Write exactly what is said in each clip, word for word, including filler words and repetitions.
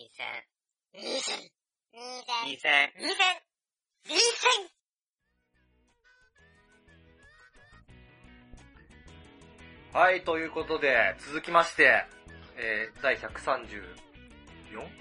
にせん、にせん、にせん、にせん、にせん、にせん。 はい、ということで、続きまして、えー、だいひゃくさんじゅうよん?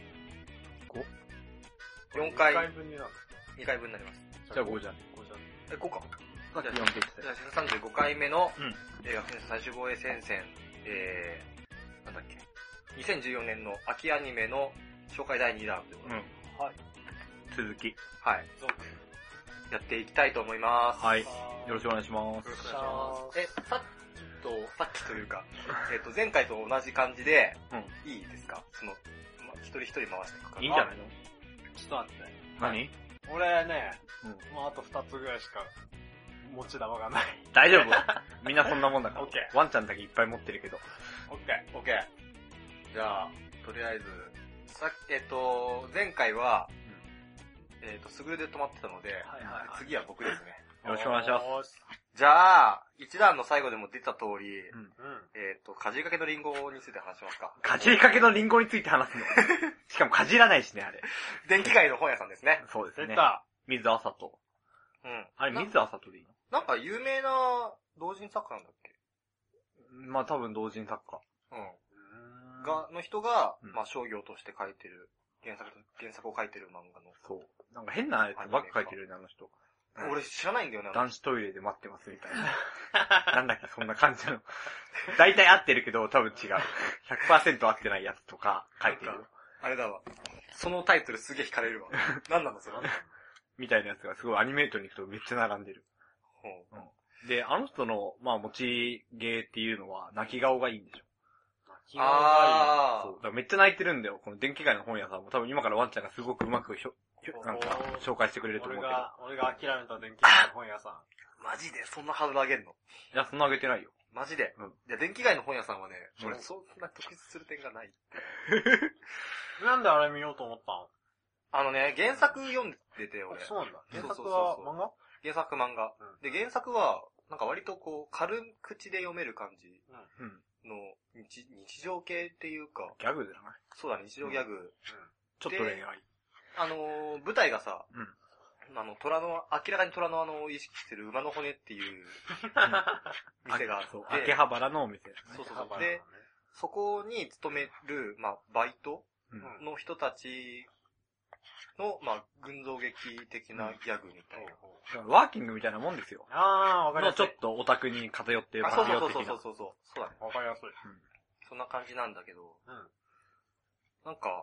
ご? よんかい。 にかいぶんになる。 にかいぶんになります。 じゃあごじゃん。ごじゃん。 え、ごか。 じゃあよんできた。 じゃあひゃくさんじゅうごかいめの、 うん。 えー、学年最終防衛戦線、えー、なんだっけ。にせんじゅうよねんの秋アニメの紹介だいにだんということで、 うん。はい。続き。 はい。 続。 やっていきたいと思います。 はい。よろしくお願いします。 よろしくお願いします。え、さっきと、さっきというか、えっと、前回と同じ感じで、 うん。 いいですかその、ま、一人一人回していくから。 いいんじゃないの？ ちょっと待って。 何？ 俺ね、 うん。 もうあと二つぐらいしか持ち玉がない。 大丈夫。みんなそんなもんだから。 オッケー。 ワンちゃんだけいっぱい持ってるけど。 オッケー。 オッケー。じゃあ、とりあえず、さっき、えっと、前回は、えっと、すぐるで止まってたので、 はいはいはい次は僕ですね。 よろしくお願いします。 す。 じゃあ、一段の最後でも出た通り、 うん。 うん。 えっと、かじりかけのリンゴについて話しますか。 かじりかけのリンゴについて話すの。しかもかじらないしね、あれ。 電気街の本屋さんですね。 そうですね。 出た。 水あさと。 うん。 あれ、 な水あさとでいいなんか有名な同人作家なんだっけの？まあ多分同人作家。 うん。が、の人が、 うんまあ商業として書いてる、原作、原作を書いてる漫画の。 そう。なんか変なやつばっか書いてるよね、あの人。 俺知らないんだよね。 男子トイレで待ってますみたいな。なんだっけ、そんな感じの。大体合ってるけど、多分違う。ひゃくパーセント 合ってないやつとか書いてるよ。 あれだわ。そのタイトルすげえ惹かれるわ。なんなのそれ。 みたいなやつがすごいアニメートに行くとめっちゃ並んでる。 ほううん、で、あの人の、まあ、持ち芸っていうのは、泣き顔がいいんでしょ。 泣き顔があそう。だからめっちゃ泣いてるんだよ。この電気街の本屋さんも多分今からワンちゃんがすごくうまくひょ、ひょなんか紹介してくれいい。 ると思うけど。 俺が、俺が諦めた電気街の本屋さん。 マジでそんなハードル上げんのいや、そんなあげてないよ。 マジで。 うん。 いや、電気街の本屋さんはね、 うん俺そんな特筆する点がない。 なんであれ見ようと思ったの？ あのね、原作読んでて俺。 そうなんだ。原作そうそうそうそうは漫画？ 原作漫画。 うんで、原作は、なんか割とこう、軽口で読める感じうん。 うん。 の日日常系っていうか、 ギャグじゃない？ そうだね、日常ギャグ。 ちょっと恋愛。 あのー、舞台がさ、 うん。 あの、虎の、明らかに虎のあの、意識してる馬の骨っていう店があって、 そう、秋葉原のお店。 そうそうそう。で、そこに勤める、まあ、バイトうん。 の人たちの、まあ、群像劇的なギャグみたいな。 ワーキングみたいなもんですよ。 あー、わかりやすい。 のちょっとオタクに偏ってるあ、そうそうパそうリオ的な。 そうそうそう。そうだね。 わかりやすい。 そんな感じなんだけど、 うん。 なんか、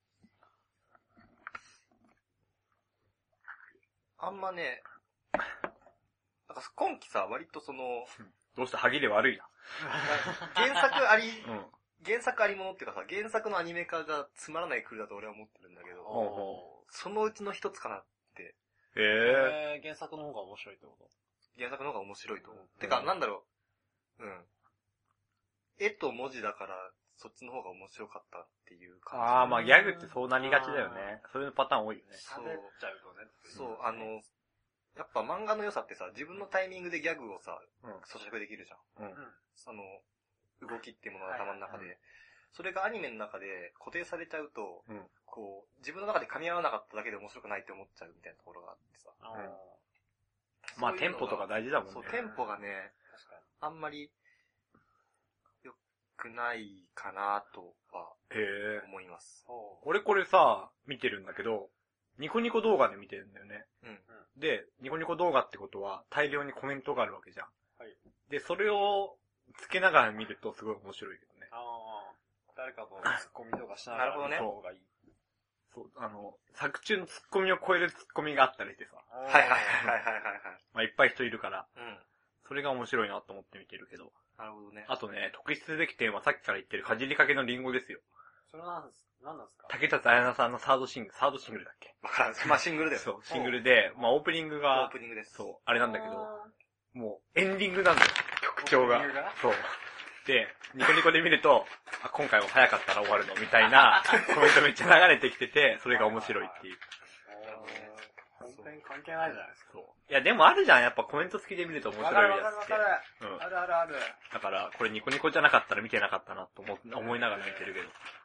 あんまね、なんか今期さ、割とその、 どうした歯切れ悪いな。 原作あり、 うん。 原作ありものっていうかさ、原作のアニメ化がつまらない来るだと俺は思ってるんだけど、 ほうほそのうちの一つかなって、 へえ。 えー、原作の方が面白いってこと？ 原作の方が面白いと思う。 うんてか、なんだろう、うん。絵と文字だから、そっちの方が面白かったっていう感じ。 ああ、まあギャグってそうなりがちだよね。そういうパターン多いよね。 そう喋っちゃうとね。 そう、あの、やっぱ漫画の良さってさ、自分のタイミングでギャグをさ、 うん。 咀嚼できるじゃん。 うん。 その、動きっていうものが頭の中で、 はいはいそれがアニメの中で固定されちゃうと、 うん。 こう、自分の中で噛み合わなかっただけで面白くないって思っちゃうみたいなところがあってさ。 あー、 まあテンそういうのがポとか大事だもんね。 そう、テンポがね、 確かに。 あんまり良くないかなとはへえ。 思います。 ほう。 俺これさ、見てるんだけど、ニコニコ動画で見てるんだよね。 うん。 で、ニコニコ動画ってことは大量にコメントがあるわけじゃん。 はい。 で、それをつけながら見るとすごい面白いけどね。 あー、誰かとツッコミとかしながらなるほどね見た方がいい。 そう、あの、作中のツッコミを超えるツッコミがあったりしてさ。 はいはいはいはいはいはい。 まあいっぱい人いるから、 うん。 それが面白いなと思って見てるけど。 なるほどね。 あとね、特筆すべき点はさっきから言ってるかじりかけのリンゴですよ。 それなんです、なんなんですか？ 竹達彩奈さんのサードシングル、サードシングルだっけ？ わからん。まあシングルだよ。 そう、シングルで、まあオープニングオがー、プニングです。 そう、あれなんだけど、 あもうエンディングなんだよ、曲調がオープニングが。 そう。で、ニコニコで見ると、あ、今回も早かったら終わるのみたいなコメントめっちゃ流れてきてて、それが面白いっていう。 ー、本編関係ないじゃないですか。 そう。いやでもあるじゃん、やっぱコメント付きで見ると面白いわかるわやつってかるわか。る。 うん。 あるあるある。 だから、これニコニコじゃなかったら見てなかったなと思思いながら見てるけど。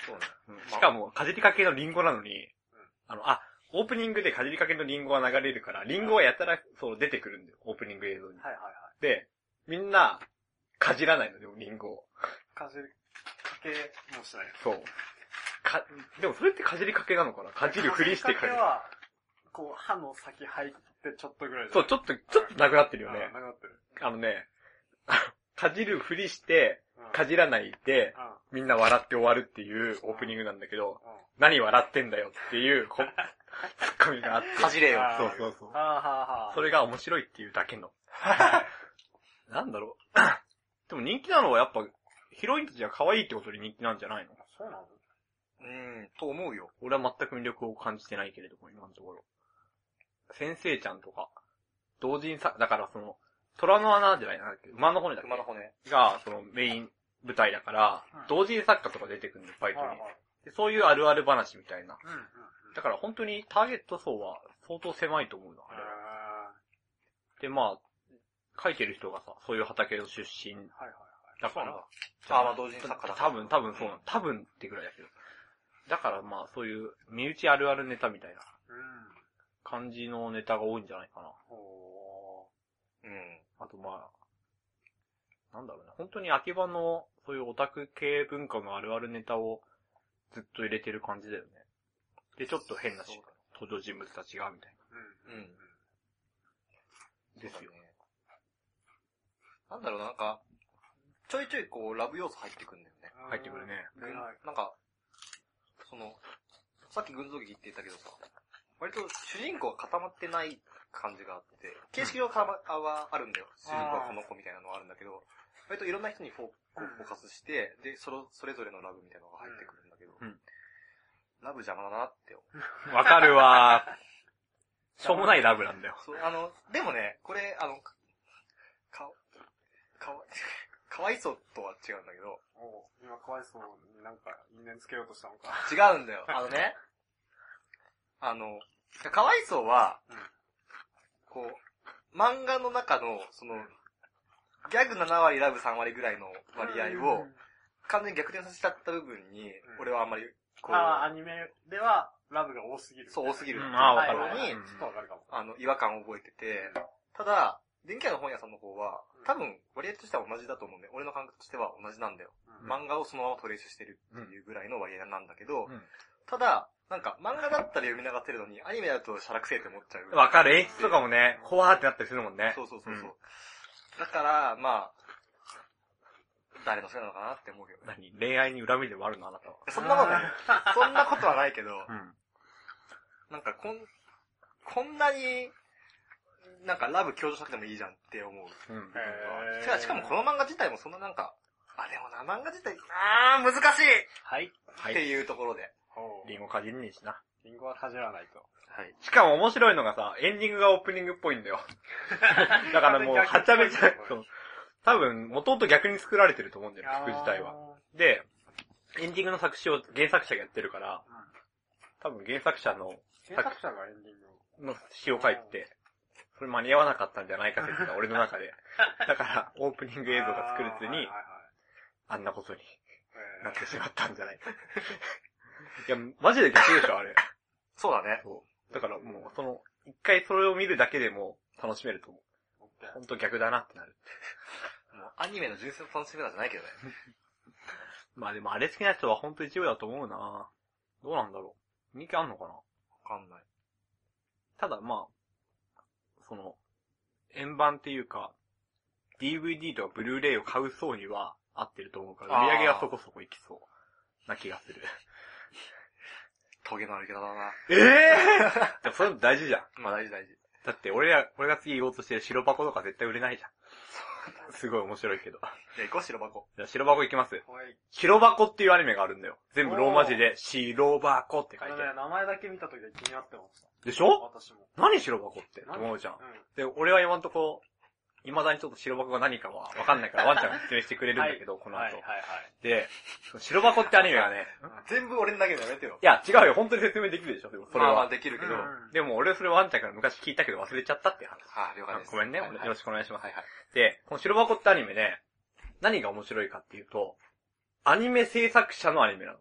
そうね。 うんしかも、かじりかけのリンゴなのに、あの、あ、オープニングでかじりかけのリンゴが流れるから、リンゴはやたら、そう、出てくるんだよ、オープニング映像に。 はいはいはい。 で、みんな、かじらないのよ、リンゴを。 かじり、かけもしない。 そう。か、でもそれってかじりかけなのかなかじるふりしてかじる。 かけは、こう、歯の先入ってちょっとぐらい。 そう、ちょっと、ちょっとなくなってるよね。 なくなってる。 あのね、かじるふりして、 うんかじらないで、 うん。 みんな笑って終わるっていうオープニングなんだけど、 うん。 何笑ってんだよっていう、こツッコミがあって。 かじれよ。 あーそうそうそう。 はあはあはあ。 それが面白いっていうだけの。なんだろう。でも人気なのはやっぱ、ヒロインたちが可愛いってことで人気なんじゃないの？ そうなの？ うん、と思うよ。 俺は全く魅力を感じてないけれども、今のところ。先生ちゃんとか、同人さ、だからその、虎の穴じゃないな、馬の骨だっけ馬の骨。 が、そのメイン舞台だからうん、 同人作家とか出てくるんだよ、バイトにはいはい。。 でそういうあるある話みたいな。 うんうんうん。 だから本当にターゲット層は相当狭いと思うな、あれは。 へで、まあ、書いてる人がさ、そういう畑の出身ーはいはいはい。 だから、 ああ、まあ同人作家だから。 多分、多分そうなの。多分ってぐらいだけど。だからまあ、そういう、身内あるあるネタみたいなうん。 感じのネタが多いんじゃないかな。 ほうん。 あとまあ、なんだろうね。本当に秋葉の、そういうオタク系文化のあるあるネタをずっと入れてる感じだよね。で、ちょっと変なし登場人物たちが、みたいー。うん。 うん。 な。ですよ。 そうだね。なんだろうな、なんか、ちょいちょいこう、ラブ要素入ってくるんだよね。 入ってくるね。 恋愛。 なんか、その、さっき群像劇って言ったけどさ、割と主人公が固まってない感じがあって、形式上固まはあるんだよ。主人公はこの子みたいなのはあるんだけど、割といろんな人にフォこうフォーカスして、で、その、それぞれのラブみたいなのが入ってくるんだけど、 うんラブ邪魔だなって思う。 わかるわー。しょうもないラブなんだよ。 そう、あの、でもね、これ、あの、か、か、かわ、かわいそうとは違うんだけど、 おう今かわいそうになんか因縁つけようとしたのか。 違うんだよ。あのね、あの、かわいそうは、 うんこう、漫画の中の、その、ギャグなな割ラブさん割ぐらいの割合を、完全に逆転させちゃった部分に、 うん俺はあんまり、こう、 ああ、アニメではラブが多すぎる。 そう多すぎる。 うんあーわかるところに、 うんちょっとわかるかも。 あの、違和感を覚えてて、ただ、電気屋の本屋さんの方は、多分、割合としては同じだと思うんで、俺の感覚としては同じなんだよ。 うん漫画をそのままトレースしてるっていうぐらいの割合なんだけど、 うんただ、なんか漫画だったら読み流せるのに、アニメだとシャラくせえって思っちゃう。 わかる。演出とかもね、ほわーってなったりするもんね。 そうそうそうそう、 んだから、まあ、誰のせいなのかなって思うけどね。 何恋愛に恨みでもあるのあなたは。 そんなことない。そんなことはないけど、 うん。 なんかこん、こんなに、なんかラブ強調しなくてもいいじゃんって思う。 うん。 へーしかしかもこの漫画自体もそんななんか、あ、でもな、漫画自体、あー、難しいはい。 ってはい。 いうところで。 おうリンゴかじんねえしな。 リンゴはかじらないと。 はい。 しかも面白いのがさ、エンディングがオープニングっぽいんだよ。だからもう、はちゃめちゃ、そう。多分、元々逆に作られてると思うんだよ、曲自体は。で、エンディングの作詞を原作者がやってるから、多分原作者の、 原作者がエンディングの詩を書いて、それ間に合わなかったんじゃないか説が俺の中で。だから、オープニング映像が作れずにはい、はいはいあんなことにえーなってしまったんじゃないか。いや、マジで逆でしょ、あれ。 そうだね。 そう。だからもう、その、一回それを見るだけでも楽しめると思う。 オッケーほんと逆だなってなる。 もうアニメの純粋な楽しみ方じゃないけどね。 まあでもあれ好きな人はほんと一部だと思うな。どうなんだろう。人気あんのかな。 わかんない。 ただまあ、その、円盤っていうか、ディーブイディー とかブルーレイを買う層には合ってると思うから、売り上げはそこそこいきそうな気がする。 トゲのあるけどだな。 ええー、でもそれ大事じゃん。 まあ大事大事。 だって俺ら、俺が次言おうとしてる白箱とか絶対売れないじゃん。すごい面白いけど。 じゃあ行こう、白箱。 じゃあ白箱いきます。 はい。 白箱っていうアニメがあるんだよ。全部ローマ字で、白箱って書いてある。 これね、名前だけ見たときは気になってました。 でしょ私も。 何白箱ってって思うじゃん。 うん。 で、俺は今んとこ、未だにちょっと白箱が何かはわかんないからワンちゃんが説明してくれるんだけど、この後。 はいはいはい。 で、白箱ってアニメがね、 全部俺に投げるのやめてよ。 いや、違うよ、本当に説明できるでしょ、でもそれまあまあは。 できるけど。 うんはでも俺それワンちゃんから昔聞いたけど忘れちゃったっていう話。 あ、了解です。 ごめんね、 はいはいよろしくお願いします。 はいはい。 で、この白箱ってアニメね、何が面白いかっていうと、アニメ制作者のアニメなの。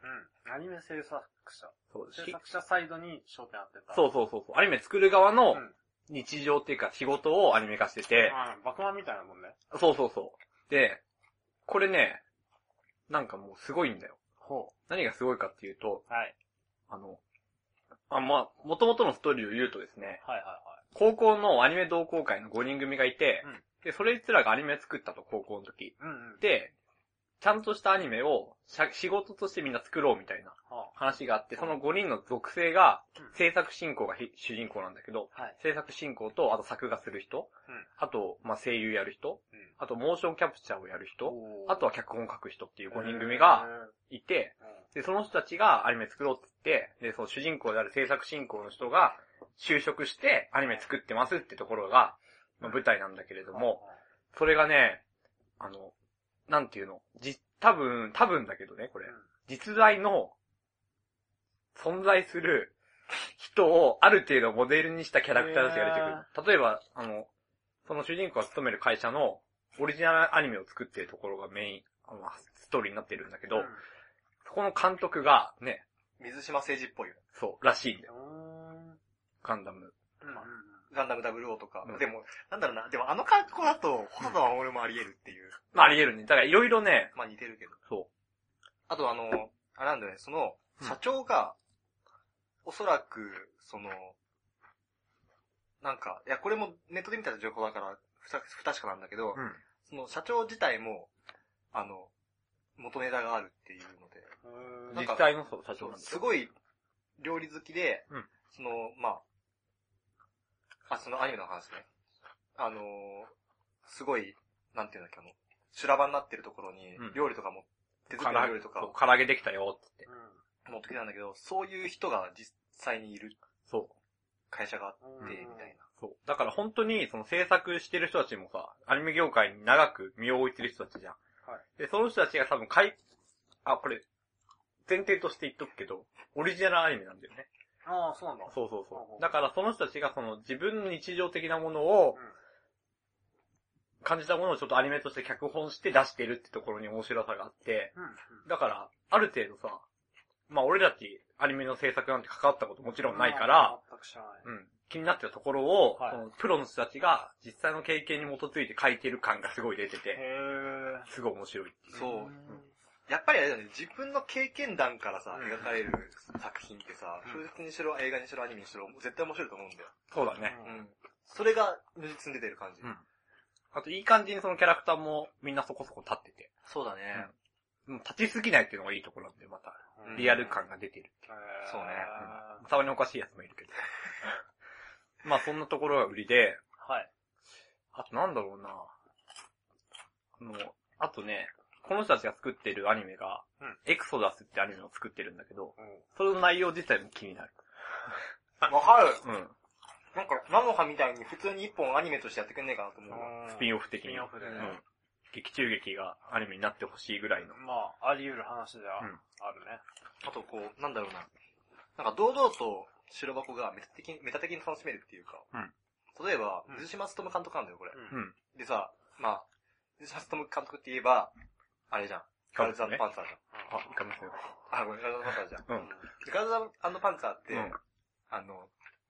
うん。アニメ制作者。 そう制作者サイドに焦点当てた。 そうそうそうそう。アニメ作る側のうん日常っていうか仕事をアニメ化してて、 ああ、バクマンみたいなもんね。 そうそうそう。で、これね、なんかもうすごいんだよ。 ほ何がすごいかっていうと、 う。はい。 あの、あ、まあ、元々のストーリーを言うとですね、 はいはいはい。 高校のアニメ同好会のごにん組がいて、 うんで、それいつらがアニメ作ったと、高校の時。 うんうん。 で、ちゃんとしたアニメをしゃ仕事としてみんな作ろうみたいなは話があって、そのごにんの属性がうん、 制作進行がひ主人公なんだけど、 あ、はい。 制作進行と、あと作画する人、 うんあと、まあ、声優やる人、 うんあと、モーションキャプチャーをやる人、 おーあとは脚本書く人っていうごにん組がいて、 へーで、その人たちがアニメ作ろうって言って、で、その主人公である制作進行の人が就職してアニメ作ってますってところが、まあ、舞台なんだけれども、それがね、あの、なんていうの、じ、多分、多分だけどね、これ。実在の存在する人をある程度モデルにしたキャラクターたちが出てくる。例えば、あの、その主人公が勤める会社のオリジナルアニメを作ってるところがメイン、あの、ストーリーになってるんだけど、 うんそこの監督がね、 水島誠二っぽいよね。 そう、らしいんだよ。 うーんガンダム。 うんうんガンダムダブルオーとか。 うんでも、なんだろうな。でもあの格好だと、細田守もあり得るっていう。 まあ、あり得るね。だからいろいろね、 まあ似てるけど。 そあとあの、あれなんだよね、その、 うん社長が、おそらく、その、なんか、いや、これもネットで見た情報だから、不確不確かなんだけど、 う。うん。 その社長自体も、あの、元ネタがあるっていうので、 うーんなんか実際のそう社長なんですすごい料理好きで、 うんその、まあ、あ、そのアニメの話ね。あのー、すごい、なんていうんだっけ、あの、修羅場になってるところにうん、 料理とかも、手作りからの料理とかを唐揚げできたよって言って。 持ってきたんだけど、そういう人が実際にいるそう。 会社があって、 うんみたいな。 そう。だから本当に、その制作してる人たちもさ、アニメ業界に長く身を置いてる人たちじゃん。 はい。 で、その人たちが多分かい、あ、これ、前提として言っとくけど、オリジナルアニメなんだよね。 ああ、そうなんだ。 そうそうそほうほうう。だからその人たちがその自分の日常的なものを、感じたものをちょっとアニメとして脚本して出してるってところに面白さがあって、 うん。うん。 だから、ある程度さ、まあ俺たちアニメの制作なんて関わったこともちろんないから、 全く知らない。 うん、気になってたところを、 はいそのプロの人たちが実際の経験に基づいて書いてる感がすごい出てて、 へー。 すごい面白いっていう。 そう。 んやっぱりあれだよね、自分の経験談からさ、 うん描かれる作品ってさ、 うん小説にしろ、映画にしろ、アニメにしろ、絶対面白いと思うんだよ。 そうだね。 うん。それが、如実に出てる感じ。 うんあといい感じにそのキャラクターもみんなそこそこ立ってて、 そうだね。 うん立ちすぎないっていうのがいいところなんで、また、 うんリアル感が出てる。 へーそうねたまにおかしいやつもいるけど。まあそんなところが売りで、 はい。 あとなんだろうなあの、あとね、この人たちが作ってるアニメが、 うんエクソダスってアニメを作ってるんだけど、 うん。 それの内容自体も気になる。 わかる。 うん。 なんか、ナノハみたいに普通に一本アニメとしてやってくんねえかなと思うわ。 スピンオフ的に。 スピンオフでね。 うん。劇中劇がアニメになってほしいぐらいの。 まあ、あり得る話ではうんあるね。 あとこう、なんだろうな。なんか堂々と白箱がメタ的に、メタ的に楽しめるっていうか。 うん例えばうん、 水島努監督なんだよ、これ。 うんうん。 でさ、まあ、水島努監督って言えば、あれじゃん。ガールズパンツァーじあ、いかもしれない。 ゃん。あ、ごめん、ガールズパンツァーじゃん。 うん。 でガールズパンツァーって、 うんあの、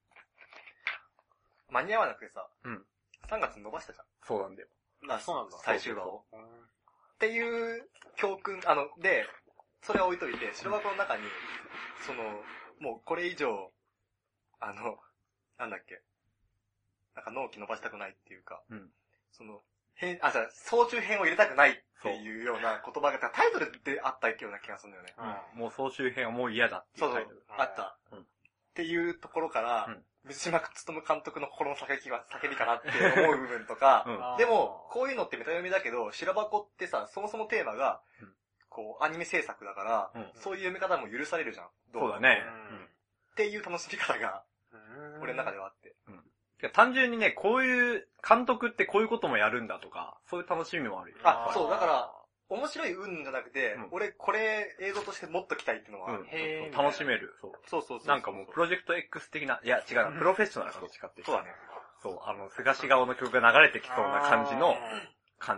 間に合わなくてさ、 うんさんがつに伸ばしたじゃん。 そうなんだよ。 ラストそうなんだ最終話を。 うんっていう教訓、あの、で、それは置いといて、白箱の中に、その、もうこれ以上、あの、なんだっけ、なんか納期伸ばしたくないっていうか、 うんその、編、あ、じゃあ、総中編を入れたくないっていうような言葉が、タイトルであったような気がするんだよね。 うん。もう総集編はもう嫌だっていそうそううタイトル。、 あった。 うんっていうところから、 うん水島努監督の心の叫びは、叫びかなって思う部分とか、 うんでも、こういうのってメタ読みだけど、白箱ってさ、そもそもテーマがうん、 こう、アニメ制作だから、 うんそういう読み方も許されるじゃん。 そうだね。 っていう楽しみ方が、 うん俺の中ではあって。 てか単純にね、こういう、監督ってこういうこともやるんだとか、そういう楽しみもあるよ。 あ、そう、だから、面白い運じゃなくて、 うん俺、これ、映像としてもっと来たいっていうのはある、 うんへー楽しめる。そう。 そうそうそう。 なんかもう、プロジェクト X 的な、いや違うな、プロフェッショナルかどっちかっていうとそうだね。 そう、あの、菅氏顔の曲が流れてきそうな感じの、感じ。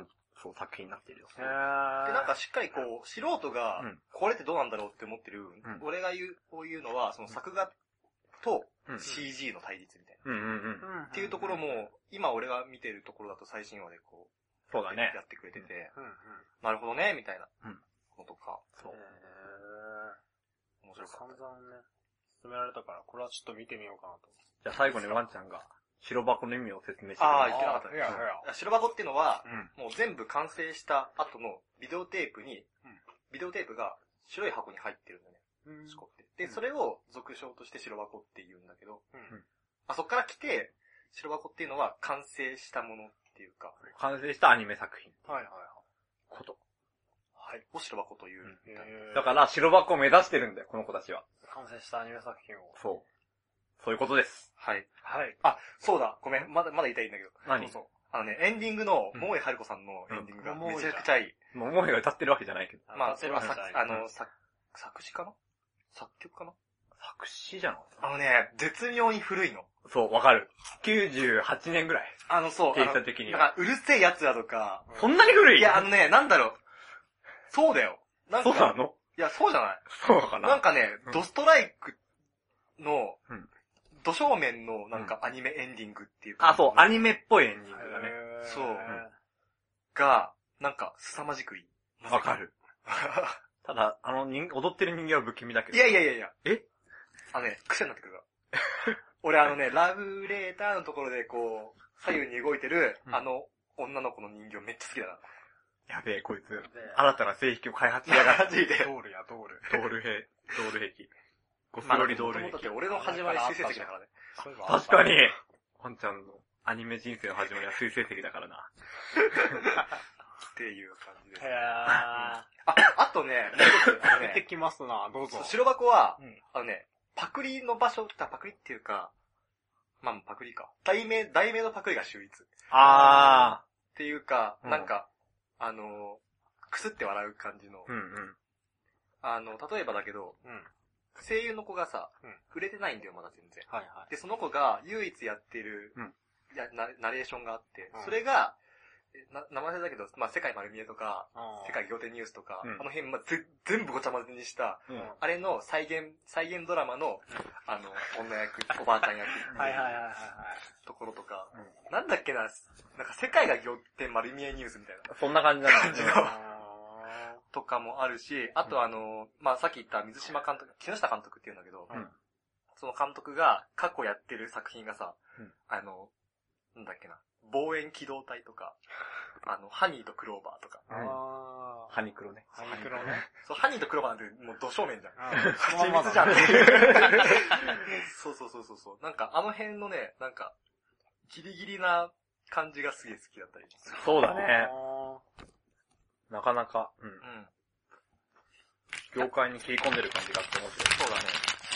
そう、作品になってるよ。 へー。 で、なんかしっかりこう、素人がうん、 これってどうなんだろうって思ってる、 ん俺が言う、こういうのは、その作画とうんシージー の対立みたいな。 うんうんうん。 うんっていうところも、今俺が見てるところだと最新話でこう、 そうだね。 やってくれてて、 うんうん。 なるほどね、みたいなうんのとか、 そう。 へー。 面白かった。 散々ね、勧められたから、これはちょっと見てみようかなと。 じゃあ最後にワンちゃんが白箱の意味を説明してくれああ、 る言ってなかったね。 いやいや。 白箱っていうのは、 うん。 もう全部完成した後のビデオテープに、 うんビデオテープが白い箱に入ってるんだね、 うんシコって。で、 うんそれを俗称として白箱って言うんだけど、 うんあそっから来て、白箱っていうのは完成したものっていうか、 完成したアニメ作品。 はいはいはこと。 はい、を白箱という。 うんい。へーだから白箱を目指してるんだよ、この子たちは。 完成したアニメ作品を。 そう。そういうことです。 はい。 はい。 あ、そうだ、ごめん、まだ、まだ言いたいんだけど。 何そうそう。あのね、エンディングの、 うん桃井春子さんのエンディングがうんめちゃくちゃいい。 もう思いが歌ってるわけじゃないけど。 まあ、 それはさそれはさ、あの、作、作詞かな作曲かな作詞じゃん。 あのね、絶妙に古いの。 そう、わかる。きゅうじゅうはちねんぐらい。 あの、そう。 データ的にあのはなんか、うるせえやつだとか。 そんなに古いいや、あのね、なんだろう。そうだよ。なんか、 そうなのいや、そうじゃない。 そうかな。 なんかねうん、 ドストライクのうん、 土正面のなんかアニメエンディングっていうあ、そう、アニメメっぽいエンディングだね。 へーそうが、なんか、凄まじくいい。 わかる。ただ、あの人、踊ってる人間は不気味だけど。 いやいやいやいや。 えあのね、癖になってくるから。俺あのね、ラブレーターのところでこう、左右に動いてる、 うんあの、女の子の人形めっちゃ好きだな。 やべえ、こいつ、 で新たな性癖を開発しやがる。 マジで。 ドールやドール。 ドール兵、ドール兵器。ゴスまあ、 ロリドール兵器もともとだって。俺の始まり水星石だからね。 そういえばあった確かに、ワンちゃんのアニメ人生の始まりは水星石だからな。 っていう感じです。 へー。 あ、あとね、もう一つあの出てね、 きますな、どうぞ。 白箱は、 うんあのね、パクリの場所、パクリっていうか、まあパクリか。題名、題名のパクリが秀逸。っあていうか、 うんなんか、あの、くすって笑う感じのー。う。んうん。 あの、例えばだけど、 うん。 声優の子がさうん、 売れてないんだよ、まだ全然。 はいはい。 で、その子が唯一やってる、 うんやナナレーションがあって、 うんそれが、えな名前だけど、まあ、世界丸見えとか、 あー世界仰天ニュースとか、 うんあの辺、まあ、ぜ全部ごちゃ混ぜにした、 うん。 あれの再現、再現ドラマの、あの、女役、おばあちゃん役、 はいはいはいはいはい。 ところとか、 うなんだっけな、なんか世界が仰天丸見えニュースみたいな、 そんな感じだね。 感じのあとかもあるし、あとあの、まあ、さっき言った水島監督、木下監督って言うんだけど、 うんその監督が過去やってる作品がさ、 うんあの、なんだっけな、望遠機動隊とか、あの、ハニーとクローバーとか、 ーあー。 ハニクロね。 ハニクロね。 そう、ハニーとクローバーなんてもう土正面じゃん。 うん蜂蜜じゃんってそうそうそうそうそう。なんかあの辺のね、なんか、ギリギリな感じがすげえ好きだったりする。 そうだね。 あなかなか、うん。 うん。 業界に切り込んでる感じがあって面白い。 そうだね。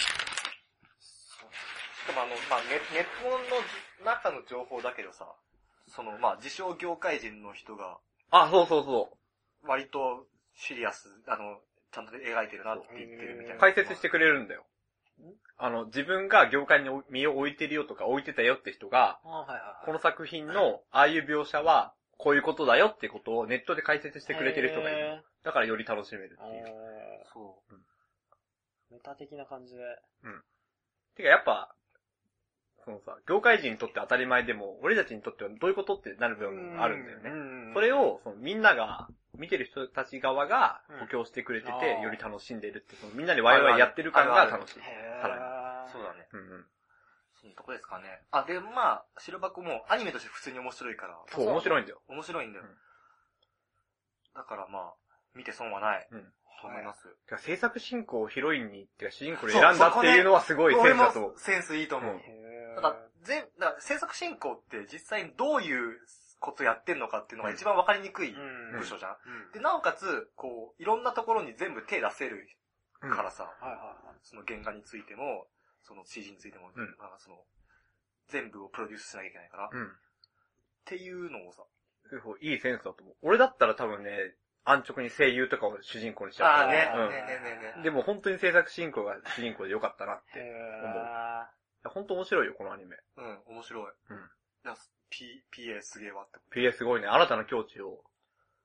しかもあの、まあネ、ネットの中の情報だけどさ、その、まあ、自称業界人の人が、 あ、そうそうそ割とシリアス、あの、ちゃんと描いてるなって言ってるみたいな。 う。解説してくれるんだよ。あの、自分が業界に身を置いてるよとか置いてたよって人が、 ーはいはいはい。 この作品のああいう描写は、こういうことだよってことをネットで解説してくれてる人がいる。 へだからより楽しめるーっていう。 そう。 メタ的な感じで。 てかやっぱ、そのさ、業界人にとって当たり前でも、俺たちにとってはどういうことってなる部分があるんだよね。 ねそれ、を、そのみんなが、見てる人たち側がうん補強してくれてて、 あーより楽しんでるって、そのみんなでワイワイやってる感が楽しい。 へさらにー。 そうだね。 うんうん。 そのとこですかね。あ、で、まあ、白箱もアニメとして普通に面白いから。 そう、面白いんだよ。 面白いんだよ。 うんだからまあ、見て損はない。 うん。 と思います。 てか制作進行をヒロインに、てか主人公で選んだっていうのはすごいセンスだと思う。 センスいいと思う。 うんへー。 ただ、全、だから制作進行って実際にどういうことやってんのかっていうのが一番わかりにくいうん部署じゃん。 うんで、なおかつ、こう、いろんなところに全部手出せるうんからさ、 はいはいはい。 その原画についても、その シージー についても、 うんまあその、全部をプロデュースしなきゃいけないから、っうん。 ていうのをさ、 そういいセンスだと思う。俺だったら多分ね、安直に声優とかを主人公にしちゃうああね、 うんねねねね。 でも本当に制作進行が主人公でよかったなって。 へいや本当面白いよ、このアニメ。 うん、面白い。 うんいや、P、ピーエー すげえわって。 ピーエー すごいね。新たな境地を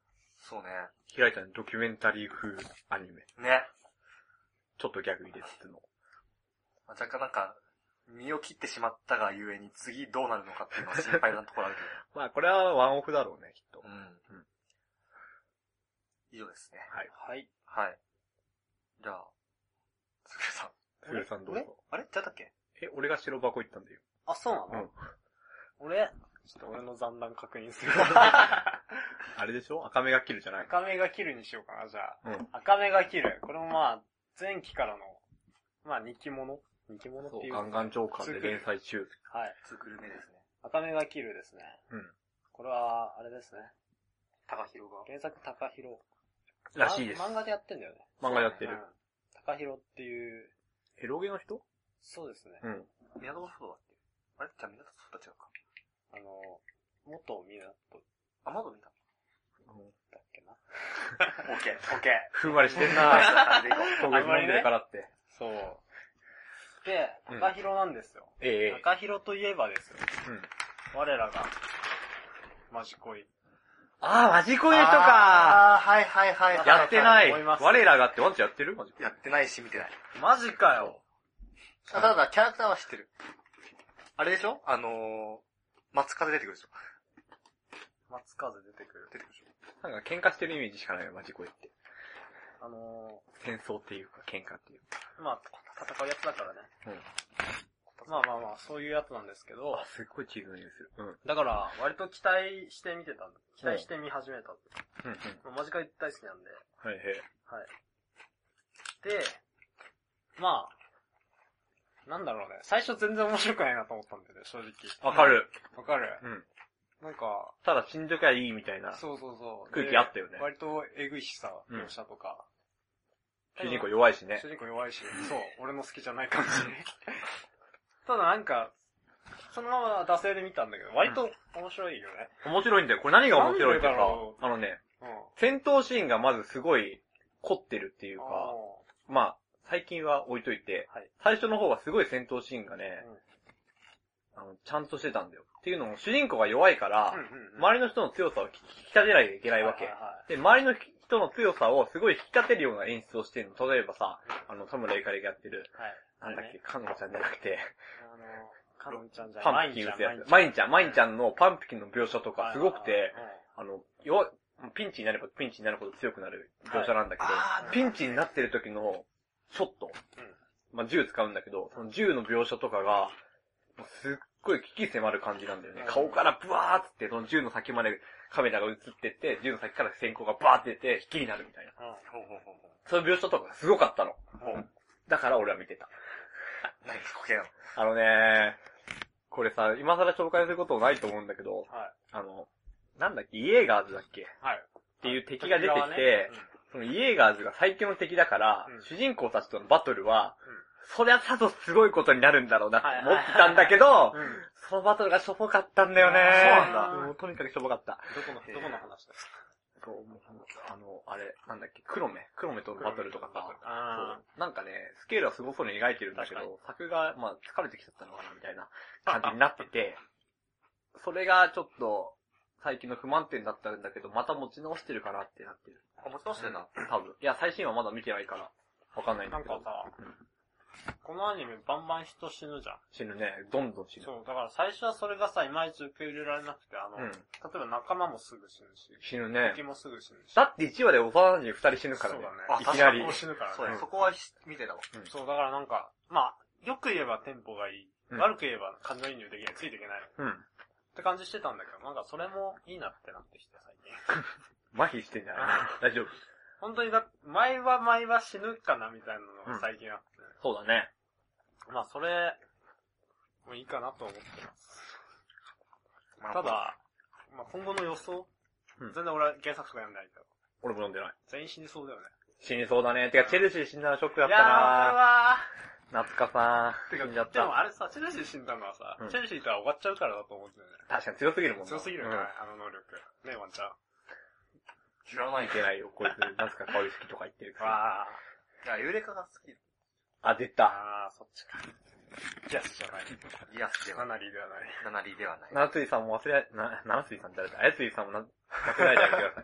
そうね。 開いたね、ドキュメンタリー風アニメ。 ね。 ちょっとギャグ入れつつの。 若干なんか、身を切ってしまったがゆえに次どうなるのかっていうのは心配なところあるけど。 まあこれはワンオフだろうね、きっと。 うん。うん、以上ですね。 はい。 はい。 はい。じゃあ、すぐるさん。 すぐるさんどうぞ。 あれじゃあだっけえ、俺が白箱行ったんだよ。 あ、そうなの、 うん。 俺、ちょっと俺の残弾確認する。 あれでしょ赤目が切るじゃない赤目が切るにしようかな、じゃあ。 うん。 赤目が切る。これもまあ、前期からの、まあ、二期物二期物っていう。 ガンガン長官で連載中。 はい。 作る目ですね。 赤目が切るですね。 うん。 これは、あれですね。 高弘が。 原作高弘。 らしいです。 漫画でやってんだよね。 漫画やってる。 うん、高弘っていう。 エロゲの人そうですね。 うん。 港の人だっけあれじゃあ港の人たちか。 あの、元港。 あ、まだ見ただっけな。 オッケー、オッケー。 ふんわりしてんなぁ。 あんまりね飲んでるからって。 そう。で、高弘なんですよ。 うん、ええ。 高弘といえばですよ。 うん。 我らが、マジ恋。 あー、マジ恋の人かあー、はいはいはいはい。 やってない。 思います我らがってワンちゃんやってるマジやってないし見てない。 マジかよ。 あ、ただキャラクターは知ってる。あれでしょあのー、松風出てくるでしょ松風出てくる。 出てくるでしなんか喧嘩してるイメージしかないよ、マジ恋って。 あの戦争っていうか、喧嘩っていうか。 ー、まあ、戦うやつだからね。 うん。 まあまあまあ、そういうやつなんですけどあ、、すっごいチーズの匂いする。うん。 だから、割と期待して見てたんだ。期待して見始めた。 うんうん。 まあマジカル大好きなんで。 はいはい。 はい。で、まあ、なんだろうね。最初全然面白くないなと思ったんだよね、正直。 わかる。 わかる。 うん。 なんか、 ただ死んどきゃいいみたいなそうそうそう。 空気あったよね。 割とエグいしさ、 うん描写とか。 主人公弱いしね。 主人公弱いし、そう、俺の好きじゃないかもしれない。ただなんか、そのまま惰性で見たんだけど、割と面白いよね。 面白いんだよ。これ何が面白いってさなんでだろ、うあのね、 うん。 戦闘シーンがまずすごい凝ってるっていうか、 あまあ、最近は置いといて、 はい最初の方はすごい戦闘シーンがね、 うんあの、ちゃんとしてたんだよ。っていうのも、主人公が弱いから、 ーうんうんうん。 周りの人の強さを引き立てないといけないわけ。 はいはいはいで、周りの人の強さをすごい引き立てるような演出をしてるの。例えばさ、あの、田村ゆかりがやってる、 はい。 なんだっけ、かのんちゃんじゃなくて、 あの、かのんちゃんじゃパンプキン打つやつ。マインちゃん、マインちゃんのパンプキンの描写とかすごくて、あの、弱い、ピンチになればピンチになるほど強くなる描写なんだけど、 あーピンチになってる時のショット、まあ、銃使うんだけど、その銃の描写とかが、もうすっごい危機迫る感じなんだよね。顔からブワーっつって、その銃の先までカメラが映ってって、銃の先から閃光がバーって出て、引きになるみたいな。 うん。うん。 ほうほうほうほそういう描写とかがすごかったの。 う。 だから俺は見てた。 何こけなのあのねこれさ、今更紹介することないと思うんだけど、 はい。 あの、なんだっけ、イエーガーズだっけはい。 っていう敵が出てきて、 ねそのイエーガーズが最強の敵だから、 うん主人公たちとのバトルは、 うんそりゃさぞすごいことになるんだろうなって思ってたんだけど、 うん。うん。 そのバトルがしょぼかったんだよね。 あそうなんだもうとにかくしょぼかった。 どこの、どこの話だそう、もうあの、あれ、なんだっけ、黒目黒目とのバトルとかさ、 あそうなんかね、スケールはすごそうに描いてるんだけ確ど、作が、まあ、疲れてきちゃったのかな、みたいな感じになってて、それがちょっと、最近の不満点だったんだけど、また持ち直してるかなってなってる。 あ、もちろんしてんな。 多分。いや、最新話まだ見てないから、わかんないんだけど。 なんかさ、 うんこのアニメバンバン人死ぬじゃん。 死ぬね。どんどん死ぬ。 そう、だから最初はそれがさ、いまいち受け入れられなくて、あの、 うん例えば仲間もすぐ死ぬし、 死ぬね敵。もすぐ死ぬし。 だっていちわで幼馴染二人死ぬからね。 そうだねいきなり。 もう死ぬからね。 そうや、そこは見てたわ。 うんそう、だからなんか、まあ、よく言えばテンポがいい。 うん悪く言えば感情移入できない、ついていけない。 うん。 って感じしてたんだけど、なんかそれもいいなってなってきて、最近。 麻痺してんじゃない大丈夫。 本当にだ、前は前は死ぬかなみたいなのが最近あって、 そうだね。 まあそれ、もういいかなと思ってます。 まあただ、まあ今後の予想、 うん全然俺は原作とか読んでないけど、 俺も読んでない。 全員死にそうだよね。 死にそうだね。てか、チェルシー死んだのショックだったいやー、 なこれは夏香さん。 てか、 死んじゃっでもた。 あれさ、チェルシー死んだのはさ、 うんチェルシーとは終わっちゃうからだと思うんだよね。 確かに強すぎるもんな。 強すぎるよね、 うんあの能力。ねえ、ワンちゃん。 知らないいけないよ、こいつ。夏香香り好きとか言ってるから。 わいや、ユーレカが好き。 あ、出ー。 た。 あー、そっちか。ギャスじゃない。 イヤスではナない。 ナリーではない。 ナナリではない。 七ついさんも忘れ、な、七ついさんって誰だあやついさんもな、忘れないであげてください。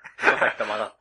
まさきと混ざった。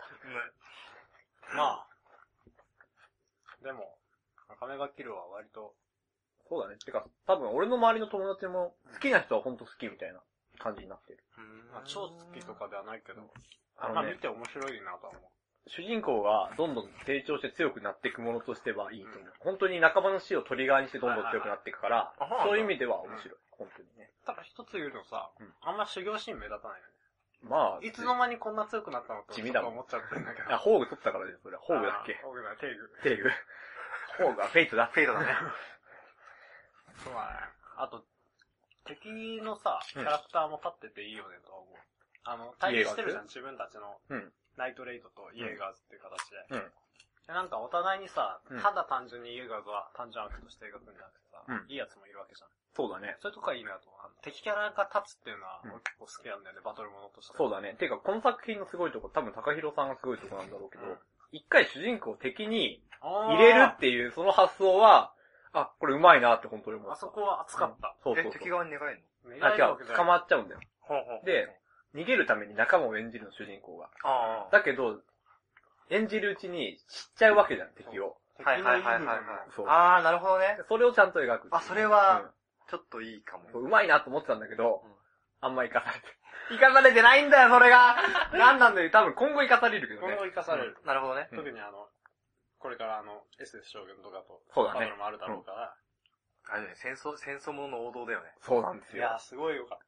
まあ。でも、亀がキルは割と。 そうだね。てか、多分俺の周りの友達も好きな人はほんと好きみたいな感じになってる。 まあ、超好きとかではないけど、 あのねまあ見て面白いなとは思う。 主人公がどんどん成長して強くなっていくものとしてはいいと思う。うん、本当に仲間の死をトリガーにしてどんどん強くなっていくから、はいはいはい、そういう意味では面白い。うん、本当にね。 ただ一つ言うとさ、うん、あんま修行シーン目立たないよね。 まあ。 いつの間にこんな強くなったのと地味だと思っちゃってるんだけど。 あ、ホーグ取ったからです、それは。ホーグだっけホーグだ、テイグ。 テイグ。ホーグはフェイトだ。 フェイトだね。 そうだね。あと、敵のさ、キャラクターも立ってていいよねとは思う。あの、対比してるじゃん、自分たちの。うん。ナイトレイドとイエーガーズっていう形で。うん。でなんかお互いにさ、うん、ただ単純にイエーガーズは単純悪として描くんじゃなくてさ、うん、いいやつもいるわけじゃん。 そうだね。 そういうとこがいいなと思う。敵キャラが立つっていうのは、俺結構好きなんだよね、バトルものとして。 そうだね。ていうか、この作品のすごいとこ、多分高弘さんがすごいとこなんだろうけど、一、うん、回主人公を敵に入れるっていう、その発想は、あ、これ上手いなって本当に思った。 あそこは熱かった。 うん、そうそうそう。 え、敵側に寝返るの？あ、違う、捕まっちゃうんだよ。ほうほうで、逃げるために仲間を演じるの、主人公が。あだけど、演じるうちに知っちゃうわけじゃん、敵を。 はいはいはいはい、はい。 そう。 あー、なるほどね。 それをちゃんと描く。 あ、それは、ちょっといいかも。 うまいなと思ってたんだけど、うん、あんま生かされて。生かされてないんだよ、それがなんなんだよ、多分今後生かされるけどね。 今後生かされる。 うん、なるほどね。 特にあの、これからあの、エスエス 将軍とかと、 そうだね。 バトルもあるだろうから。 あれね、戦争、戦争ものの王道だよね。 そうなんですよ。 いや、すごい良かった。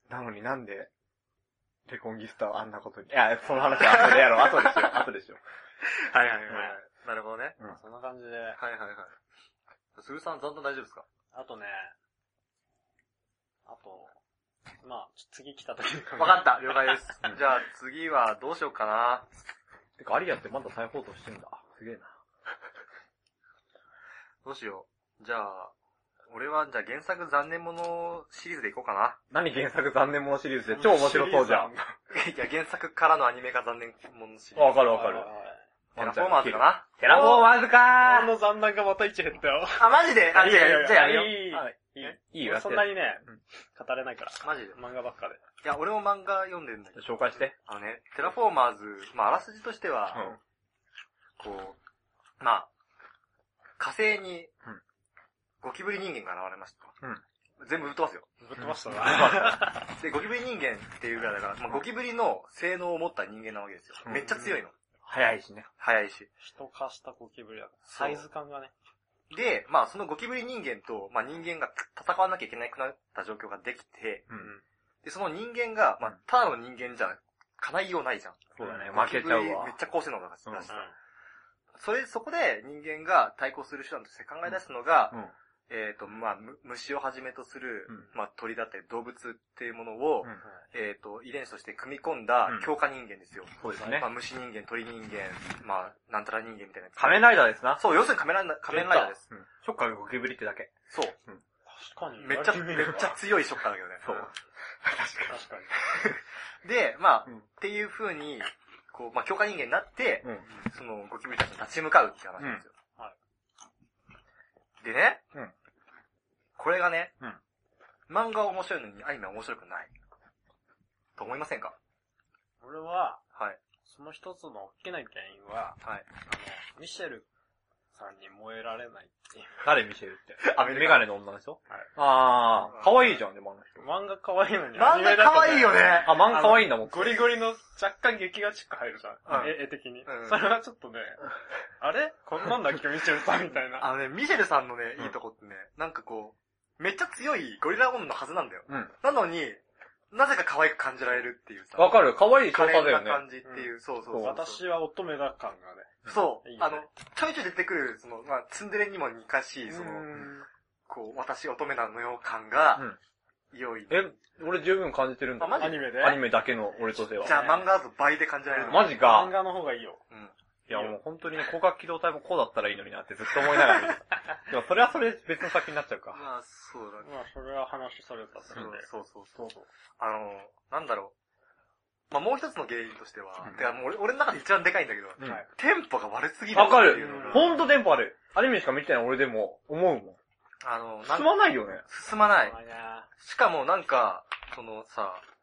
なのになんで、レコンギスタはあんなことに。いや、その話は後でやろう。後でしよう。後でしよう。 はいはいはい。なるほどね。 うん。そんな感じで。はいはいはい。スーさん、残党大丈夫ですか？ あとね、あと、まあ、次来た時に。 わかった。了解です。じゃあ次はどうしようかな。 てか、アリアってまだ再放送してんだ。すげえな。 どうしよう。じゃあ、俺は、じゃあ原作残念者シリーズでいこうかな。 何原作残念者シリーズで超面白そうじゃん。 いや、原作からのアニメ化残念者シリーズ。 わかるわかる。 テラフォーマーズかな？ テラフォーマーズかー。 この残念がまたいち減ったよ。 あ、マジで？あ、違う違う、じゃあやめよう。 いい、いい。 いいよ。 そんなにね、語れないから。 マジで？ 漫画ばっかで。 いや、俺も漫画読んでるんだけど。 紹介して。 あのね、テラフォーマーズ、まあ、あらすじとしては、こう、まあ、火星に、ゴキブリ人間が現れました。全部ぶっ飛ばすよ。 ぶっ飛ばしたな。 で、ゴキブリ人間っていうぐらいだから、まあ、ゴキブリの性能を持った人間なわけですよ。めっちゃ強いの。 早いしね。 早いし。 人化したゴキブリだから。サイズ感がね。 で、まあそのゴキブリ人間と、まあ人間が戦わなきゃいけなくなった状況ができて、うん、で、その人間が、まあただの人間じゃ、叶いようないじゃん。 そうだね、負けちゃうわ。 めっちゃ高性能だから、うん、それ、そこで人間が対抗する手段として考え出すのが、うんうんえっ、ー、と、まあ、虫をはじめとする、うん、まあ、鳥だったり動物っていうものを、うん、えっ、ー、と、遺伝子として組み込んだ強化人間ですよ。うん、 そうですね。 まあ、虫人間、鳥人間、まあ、なんたら人間みたいな。 仮面ライダーですな。 そう、要するに仮面ライダー、仮面ライダーです。 うん、ショッカーがゴキブリってだけ。 そう。うん、 確かに。 めっちゃ、めっちゃ強いショッカーだけどね。 そう。 確かに。確かに。で、まあ、うん、っていう風に、こう、まあ、強化人間になって、うん、そのゴキブリたちに立ち向かうっていう話なんですよ。うん、はい。でね、うんこれがね、うん、漫画は面白いのにアニメは面白くない。と思いませんか？ 俺は、 はい。 その一つの大きな原因は、はい。あの、ミシェルさんに燃えられないっていう。 誰ミシェルって？あ、メガネの女の人？はい。あー、可愛いじゃん、でもあの人。 漫画可愛いのに。 漫画可愛いよね。 あ、漫画可愛いんだもん。 ゴリゴリの若干劇画チック入るじゃん。うん、絵的に、うん。それはちょっとね、あれこんなんだっけミシェルさんみたいな。 あのね、ミシェルさんのね、いいとこってね、なんかこう、めっちゃ強いゴリラ女のはずなんだよ。うん。なのに、なぜか可愛く感じられるっていうさ。 わかる。可愛い少女だよね。 可愛い感じっていう、うん、そうそうそう。 私は乙女だ感がね。 そう。いいね、あの、ちょいちょい出てくる、その、まあ、ツンデレにも似かしい、その、こう、私乙女なのよ感が、良い、うん。 え、俺十分感じてるんだ。 あ、マジアニメでアニメだけの俺としては。 じゃあ漫画だと倍で感じられる。 マジか。 漫画の方がいいよ。 うん。いやもう本当にね、光学機動隊もこうだったらいいのになってずっと思いながら見てた。でもそれはそれ別の作品になっちゃうか。 まあ、そうだね。 まあ、それは話されたするんで。 そうそうそうそう。あの、なんだろう。まあもう一つの原因としては、うん、てかもう俺、俺の中で一番でかいんだけど、うん、テンポが悪すぎる。 わかる。ほんとテンポ悪い。アニメしか見てない俺でも思うもん。 あの、 進まないよね。 進まない。しかもなんか、そのさ、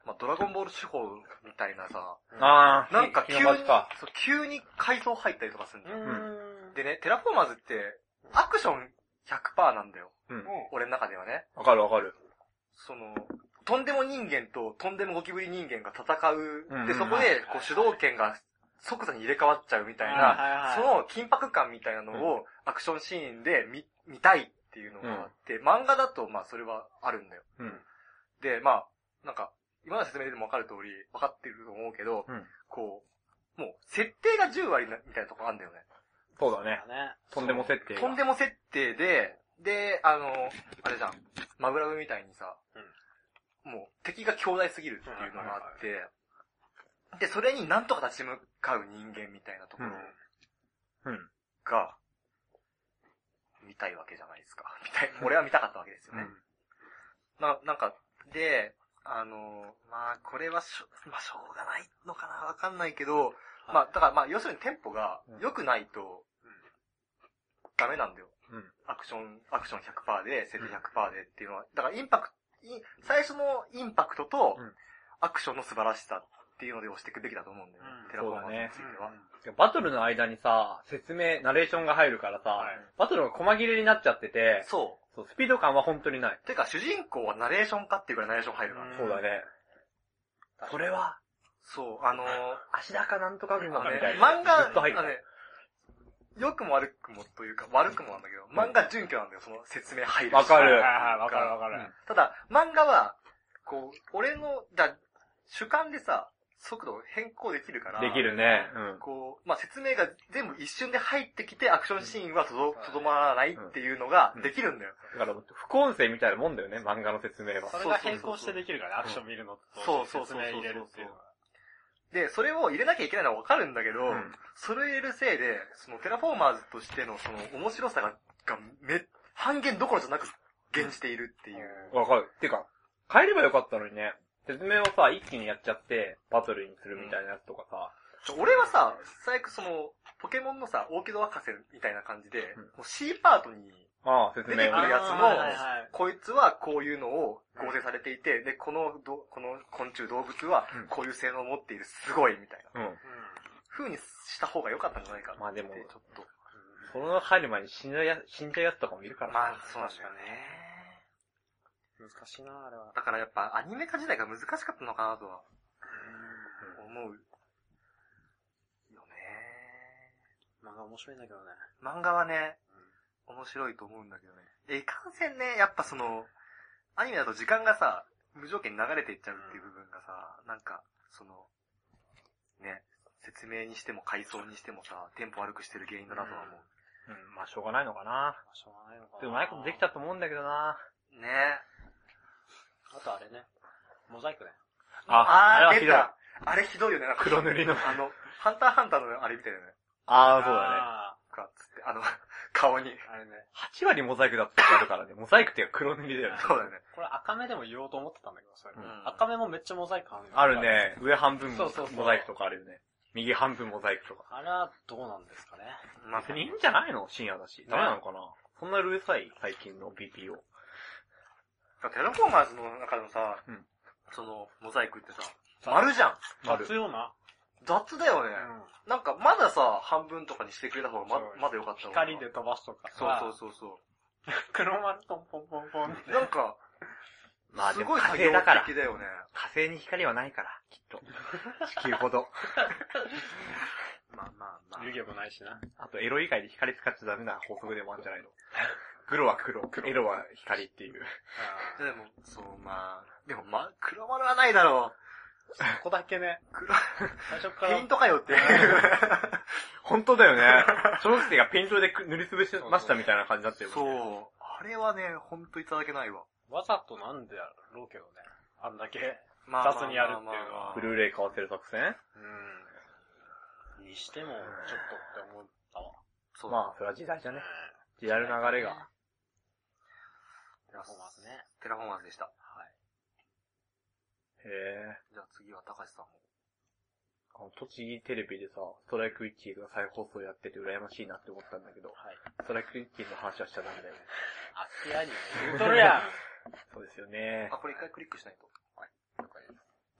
まあ、ドラゴンボール手法みたいなさ、 あー、 なんか急に、 かそう急に階層入ったりとかするんだよ。 うん。 でね、テラフォーマーズって、アクション ひゃくパーセント なんだよ。 うん。 俺の中ではね。 わかるわかる。 その、とんでも人間ととんでもゴキブリ人間が戦う。 うん、 で、そこで、こう、主導権が即座に入れ替わっちゃうみたいな、その緊迫感みたいなのをアクションシーンで見、見たいっていうのがあって、漫画だと、まあ、それはあるんだよ。 うん。 で、まあ、なんか、今の説明でもわかる通り、わかってると思うけど、 うん、 こう、もう、設定がじゅう割なみたいなとこあるんだよね。 そうだね。とんでも設定が。 とんでも設定で、で、あの、あれじゃん、マグラブみたいにさ、うん、もう敵が強大すぎるっていうのがあって、で、それになんとか立ち向かう人間みたいなところが、見たいわけじゃないですか。見たい、俺は見たかったわけですよね。うん、な、なんか、で、あの、まあ、これはしょ、まあ、しょうがないのかなわかんないけど、まあ、だからまあ、要するにテンポが良くないと、ダメなんだよ。うん、アクション、アクション ひゃくパーセント で、設定 ひゃくパーセント でっていうのは、だからインパクト、最初のインパクトと、アクションの素晴らしさっていうので押していくべきだと思うんだよね。うん、テラフォーマーについては、 うん。バトルの間にさ、説明、ナレーションが入るからさ、はい、バトルが細切れになっちゃってて、 そう。 そう、スピード感は本当にない。 てか、主人公はナレーションかっていうぐらいナレーション入るから、 ね。そうだね。それは、 そう、あのー、 足高なんとか軍はね、 みたいな。 漫画、 ずっと入る。 ね、良くも悪くもというか、悪くもなんだけど、漫画準拠なんだよ、その説明入るし。 わかる。 わかるわかる。 ただ、漫画は、こう、俺の、だ主観でさ、速度を変更できるから。 できるね。うん。 こう、まあ、説明が全部一瞬で入ってきて、アクションシーンはとど、とどまらないっていうのができるんだよ。 だから、副音声みたいなもんだよね、漫画の説明は。 それが変更してできるからね、アクション見るのと説明入れるっていうのは。 で、それを入れなきゃいけないのはわかるんだけど、うん、それを入れるせいで、そのテラフォーマーズとしてのその面白さが、がめ、半減どころじゃなく減じているっていう。 わかる。てか、変えればよかったのにね。説明をさ、一気にやっちゃって、バトルにするみたいなやつとかさ。 うん、俺はさ、最悪その、ポケモンのさ、大木戸博士みたいな感じで、うん、もう C パートに、 ああ、説明出てくるやつも、こいつはこういうのを合成されていて、で、このど、この昆虫動物はこういう性能を持っている、すごい、みたいな。うん。風にした方が良かったんじゃないかな。 まあでも、ちょっと。その入る前に死んじゃうや、死んじゃうやつとかもいるから。 まあ、そうなんだよね。 難しいな、あれは。 だからやっぱアニメ化時代が難しかったのかなとは、思う。よね。 漫画面白いんだけどね。 漫画はね、面白いと思うんだけどね。え、いかんせんね、やっぱその、アニメだと時間がさ、無条件に流れていっちゃうっていう部分がさ、なんか、その、ね、説明にしても回想にしてもさ、テンポ悪くしてる原因だなとは思う。 うん、うん、まあしょうがないのかな。 まあしょうがないのかな。 でもうまいことできたと思うんだけどな。 ね。 あとあれね、モザイクね。 あ、あれはひどい。あれひどいよね、なんか。 黒塗りの。 あの、ハンターハンターのあれみたいだよね。 ああ、そうだね。 か、つって、あの、顔に。 あれね。 はち割モザイクだってあるからね。モザイクっていうか黒塗りだよね。 そうだよね。 これ赤目でも言おうと思ってたんだけど、それ。うん、赤目もめっちゃモザイクあるあるね。上半分そうそうそうモザイクとかあるよね。右半分モザイクとか。 あれはどうなんですかね。 まあ、別にいいんじゃないの深夜だし。ダメなのかな、そんなうるさい最近の ビーピーオー。 テラフォーマーズの中のさ、うん、その、モザイクってさ、丸じゃん。 雑よな。 雑だよね、うん。なんか、まださ、半分とかにしてくれた方がま、まだよかったわ。 光で飛ばすとかさ。そうそうそうそう。 黒丸ポンポンポンポンって。 なんか、 まあすごい作業的だよね。 火星に光はないから、きっと。地球ほど。 まあまあまあ。 湯気もないしな。 あと、エロ以外で光使っちゃダメな法則でもあるんじゃないの。黒は黒、エロは光っていう。 でも、そう、まあ、でもまあ、黒丸はないだろう。 そこだけね。 黒、 最初から。 ペイントかよって。 本当だよね。小学生がペイントで塗りつぶしましたみたいな感じになってるもんね。 そう。あれはね、ほんといただけないわ。 わざとなんでやろうけどね。あんだけ雑にやるっていうのは。 ブルーレイ買わせる作戦うん。にしても、ちょっとって思ったわ。 そうまあ、それは時代じゃね。時代の流れが。 テラフォーマーズね。テラフォーマーズでした。はい。 へえ。 じゃあ次は高橋さんも。 あの、栃木テレビでさ、ストライクウィッチーが再放送やってて羨ましいなって思ったんだけど、はい、ストライクウィッチーの話はしちゃダメだよね。 あっちアニメ言うとるやん。 そうですよね。 あ、これ一回クリックしないと。はい。了解です。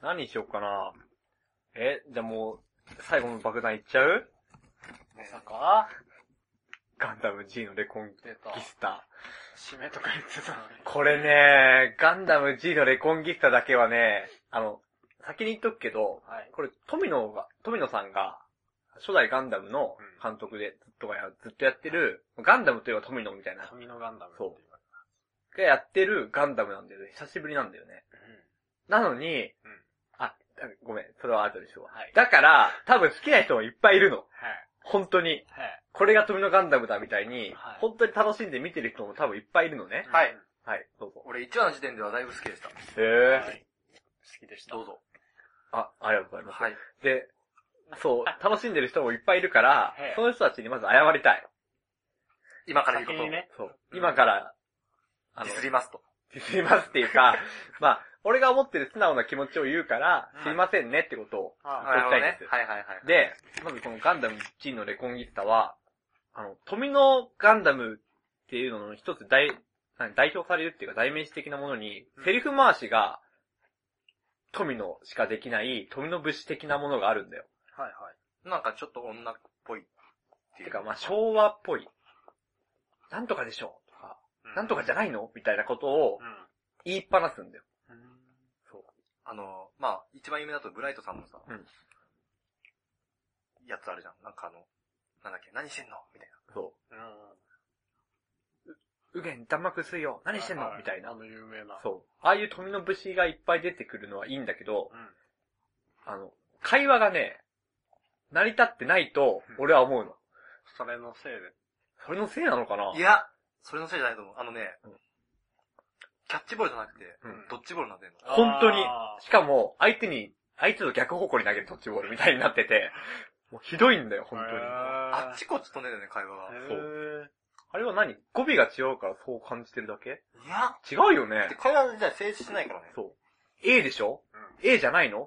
何しよっかな。え、じゃあもう、最後の爆弾いっちゃう？ まさかガンダム G のレコンギスタ。 締めとか言ってたのに。 これね、ガンダム G のレコンギスタだけはね、あの、先に言っとくけど、 はい、 これ、富野が、富野さんが、初代ガンダムの監督でずっとや、ずっとやってる、ガンダムといえば富野みたいな。 富野ガンダムってそう。 言われがやってるガンダムなんだよね。久しぶりなんだよね。うん、なのに、うん、あ、ごめん、それは後でしょう。はい、だから、多分好きな人もいっぱいいるの。はい、本当に。はい、これが富野ガンダムだみたいに、はい、本当に楽しんで見てる人も多分いっぱいいるのね。 はい。 はい、どうぞ。 俺いちわの時点ではだいぶ好きでした。へぇー。はい。 好きでした。 どうぞ。 あ、ありがとうございます。はい。で、そう、楽しんでる人もいっぱいいるから、その人たちにまず謝りたい。 今から言うことを。 ね、そう。今から、あの、 ディスりますと。 ディスりますっていうか、まあ、俺が思ってる素直な気持ちを言うから、すいませんねってことを言いたいんです。 はいはいはい。 で、まずこのガンダム G のレコンギスタは、あの、富野ガンダムっていうのの一つ代、代表されるっていうか代名詞的なものに、セリフ回しが、富野しかできない、富野節的なものがあるんだよ。 はいはい。なんかちょっと女っぽいっていうか、まあ昭和っぽい。なんとかでしょとか、うん、なんとかじゃないのみたいなことを言いっぱなすんだよ。うん、 そう。あの、まあ一番有名だとブライトさんのさ、うん、やつあるじゃん。なんかあの、なんだっけ、何してんのみたいな。そう。 うげん、弾幕吸いよ。何してんのみたいな。 あの有名な。 そう。ああいう富野節がいっぱい出てくるのはいいんだけど、うん、あの、会話がね、成り立ってないと、俺は思うの。 それのせいで。 それのせいなのかな？ いや、それのせいじゃないと思う。あのね、うん、キャッチボールじゃなくて、うん、ドッジボールなんてんの。 本当に。しかも、相手に、相手と逆方向に投げるドッジボールみたいになってて、もうひどいんだよ、本当に。 あっちこっち飛んでるよね、会話が。 そう。あれは何？語尾が違うからそう感じてるだけ？ いや。 違うよね。 会話じゃ成立してないからね。 そう。A でしょ？うん、A じゃないの？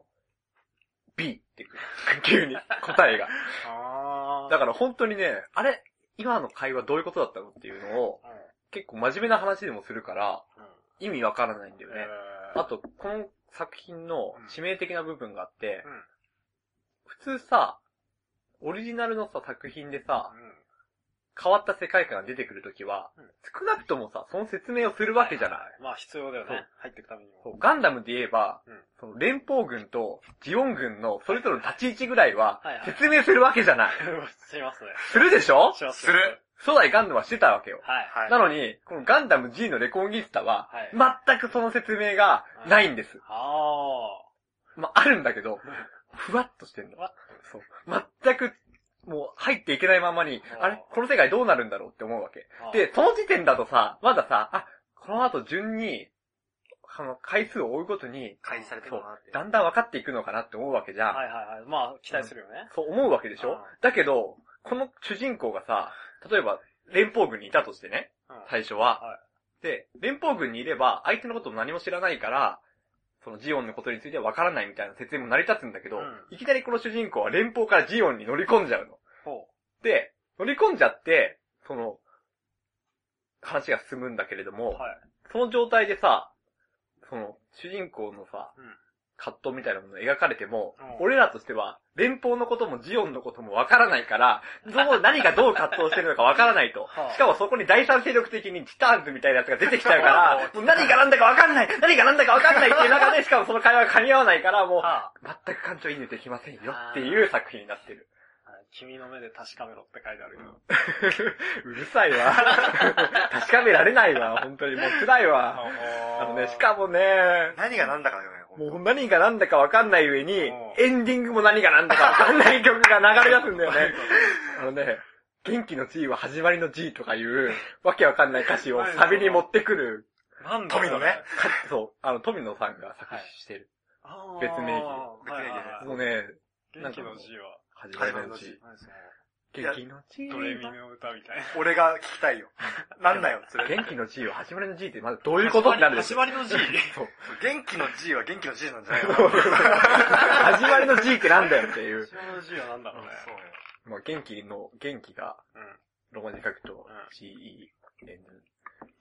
B ってくる。急に答えが。だから本当にね、あれ今の会話どういうことだったのっていうのを、うん、結構真面目な話でもするから、うん、意味わからないんだよね。あと、この作品の致命的な部分があって、うん、普通さ、オリジナルのさ、作品でさ、うん、変わった世界観が出てくるときは、うん、少なくともさ、その説明をするわけじゃない。はいはいはい、 まあ必要だよね。入っていくためにも。 ガンダムで言えば、うん、その連邦軍とジオン軍のそれぞれの立ち位置ぐらいは、説明するわけじゃない。 はいはい、しますね。 するでしょ？ します。 する。初代ガンダムはしてたわけよ。 はいはい、 なのに、このガンダム G のレコンギスタは、全くその説明がないんです。 はい、 まあ、あるんだけど、ふわっとしてんの。そう。全く、もう入っていけないままに、あれこの世界どうなるんだろうって思うわけ。で、その時点だとさ、まださ、あ、この後順に、あの、回数を追うごとに、 開示されてるのかなって。 だんだん分かっていくのかなって思うわけじゃん。 はいはいはい。まあ、期待するよね。 そう思うわけでしょ？だけど、この主人公がさ、例えば、連邦軍にいたとしてね、最初は。はい、で、連邦軍にいれば、相手のことを何も知らないから、そのジオンのことについては分からないみたいな説明も成り立つんだけど、うん、いきなりこの主人公は連邦からジオンに乗り込んじゃうの。で、乗り込んじゃって、その、話が進むんだけれども、はい、その状態でさ、その、主人公のさ、うん、葛藤みたいなものが描かれても、うん、俺らとしては、連邦のこともジオンのことも分からないから、どう、何がどう葛藤してるのか分からないと。しかもそこに第三勢力的にティターンズみたいなやつが出てきちゃうから、もう何が何だか分かんない何が何だか分かんないっていう中で、しかもその会話が噛み合わないから、もう、全く感情移入できませんよっていう作品になってる。 君の目で確かめろって書いてあるよ。 うるさいわ。確かめられないわ、本当に。もう辛いわ。あのね、しかもね、 何が何だかよね、 もう何が何だか分かんない上に、エンディングも何が何だか分かんない曲が流れ出すんだよね。あのね、元気の G は始まりの G とかいう、わけわかんない歌詞をサビに持ってくる。 なんだ富野ね。 そう、あの、富野さんが作詞してる。別名義。別名義で。もうね、 元気の G は。 始まりの G。元気の G。 ドレミの歌みたいな。 俺が聞きたいよ。なんだよ、それ。 元気の G は始まりの G ってまずどういうことになるんですか？始まりの G？ そう。元気の G は元気の G なんじゃないの？ 始まりの G ってなんだよっていう。 始まりの G はなんだろうね。そうよ。 まあ元気の、元気が、ロマ字書くと G E N。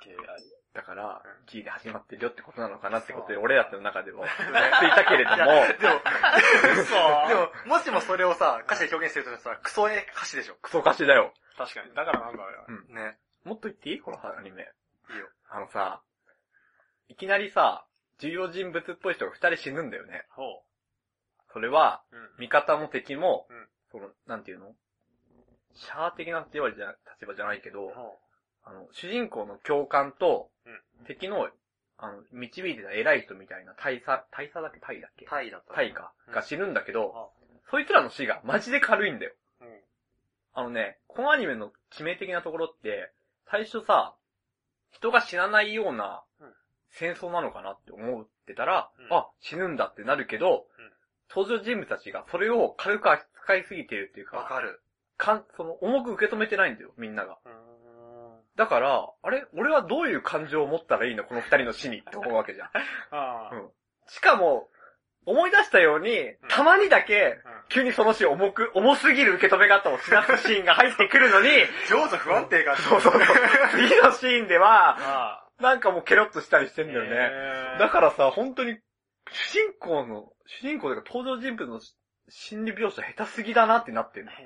ケーアイ。 だから、G で始まってるよってことなのかなってことで、俺らの中でも、ついたけれども、でも、 でも、もしもそれをさ、歌詞で表現してるとしたら、クソ絵歌詞でしょ。 クソ歌詞だよ。 確かに。だからなんだよ。 うん。 ね。 もっと言っていいこのアニメ。 いいよ。 あのさ、いきなりさ、重要人物っぽい人が二人死ぬんだよね。 ほう。 それは、 うん、 味方も敵も、 うん、 その、なんていうのシャア的な立場じゃ、立場じゃないけど、あの、主人公の教官と、うん、敵の、あの、導いてた偉い人みたいな大佐、大佐だっけ大だっけ大だった。 大か。が死ぬんだけど、 うん、 そいつらの死がマジで軽いんだよ。 うん、 あのね、このアニメの致命的なところって、最初さ、人が死なないような戦争なのかなって思ってたら、うん、あ、死ぬんだってなるけど、うん、登場人物たちがそれを軽く扱いすぎてるっていうか、 わかる。 かん、その、重く受け止めてないんだよ、みんなが。だから、あれ俺はどういう感情を持ったらいいのこの二人の死にって思うわけじゃん。 あうん。しかも、思い出したように、うん、たまにだけ、急にその死重く、重すぎる受け止め方をしなすシーンが入ってくるのに、 情緒不安定が、 そうそうそう。次のシーンでは、なんかもうケロッとしたりしてんだよね。だからさ、本当に、主人公の、主人公というか登場人物の心理描写下手すぎだなってなってるの。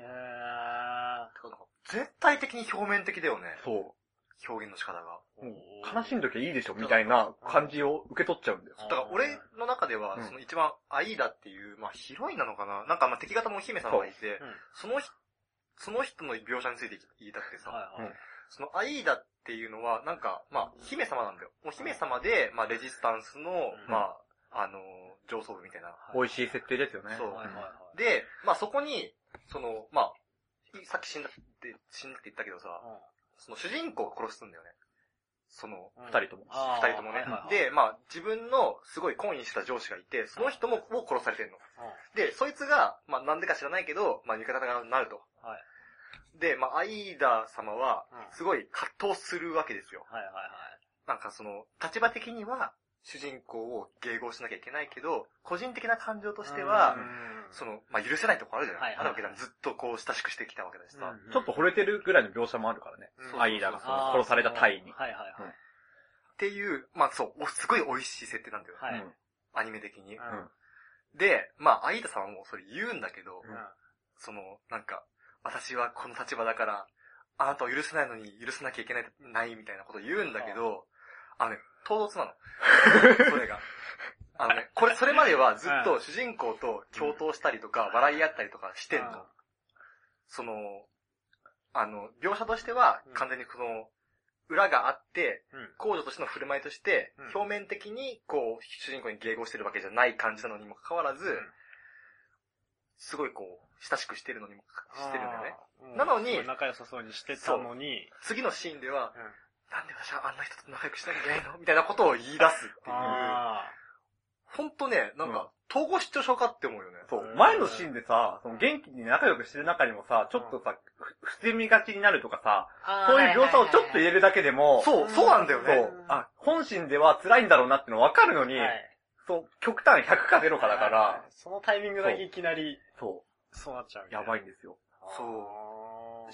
絶対的に表面的だよね。 そう。 表現の仕方が。 悲しんどきゃいいでしょみたいな感じを受け取っちゃうんだよ。 だから俺の中では、その一番アイーダっていう、まあヒロインなのかななんかまあ敵方もお姫様がいて、その人、その人の描写について言いたくてさ、そのアイーダっていうのは、なんか、まあ姫様なんだよ。もう姫様で、まあレジスタンスの、まあ、あの、上層部みたいな。 美味しい設定ですよね。 そう。で、まあそこに、その、まあ、さっき死んだって、死んだって言ったけどさ、その主人公を殺すんだよね。その、 二人とも。 二人ともね。で、まあ、自分のすごい懇意した上司がいて、その人も、を殺されてんの。で、そいつが、まあ、なんでか知らないけど、まあ、味方がなると。で、まあ、アイーダ様は、すごい葛藤するわけですよ。なんかその、立場的には、主人公を迎合しなきゃいけないけど、個人的な感情としては、その、まあ、許せないとこあるじゃない、はいはい、あるわけだ。ずっとこう親しくしてきたわけだしさ、 うん。ちょっと惚れてるぐらいの描写もあるからね。うん、アイーダがその殺されたタイに。 はいはいはい。 うん、 っていう、まあそう、すごい美味しい設定なんだよ。はい、アニメ的に、うん。で、まあ、アイーダさんはもうそれ言うんだけど、うん、その、なんか、私はこの立場だから、あなたを許せないのに許せなきゃいけない、ないみたいなことを言うんだけど、あのね、唐突なの。それが。あのね、これ、それまではずっと主人公と共闘したりとか、笑い合ったりとかしてんの。その、あの、描写としては、完全にこの、裏があって、公女としての振る舞いとして、表面的に、こう、主人公に迎合してるわけじゃない感じなのにもかかわらず、すごいこう、親しくしてるのにも、してるんだよね。なのに、 仲良さそうにしてたのに、 次のシーンでは、なんで私はあんな人と仲良くしなきゃいけないのみたいなことを言い出すっていう。ほんとね、なんか、統合失調症かって思うよね。 そう。前のシーンでさ、その元気に仲良くしてる中にもさ、ちょっとさ、伏せみがちになるとかさ、そういう描写をちょっと入れるだけでも、 そう、そうなんだよね。 そう。あ、本心では辛いんだろうなっての分かるのに、そう、極端ひゃくかゼロかだから、 そのタイミングだけいきなり、 そう。 そうなっちゃう。 やばいんですよ。 そう。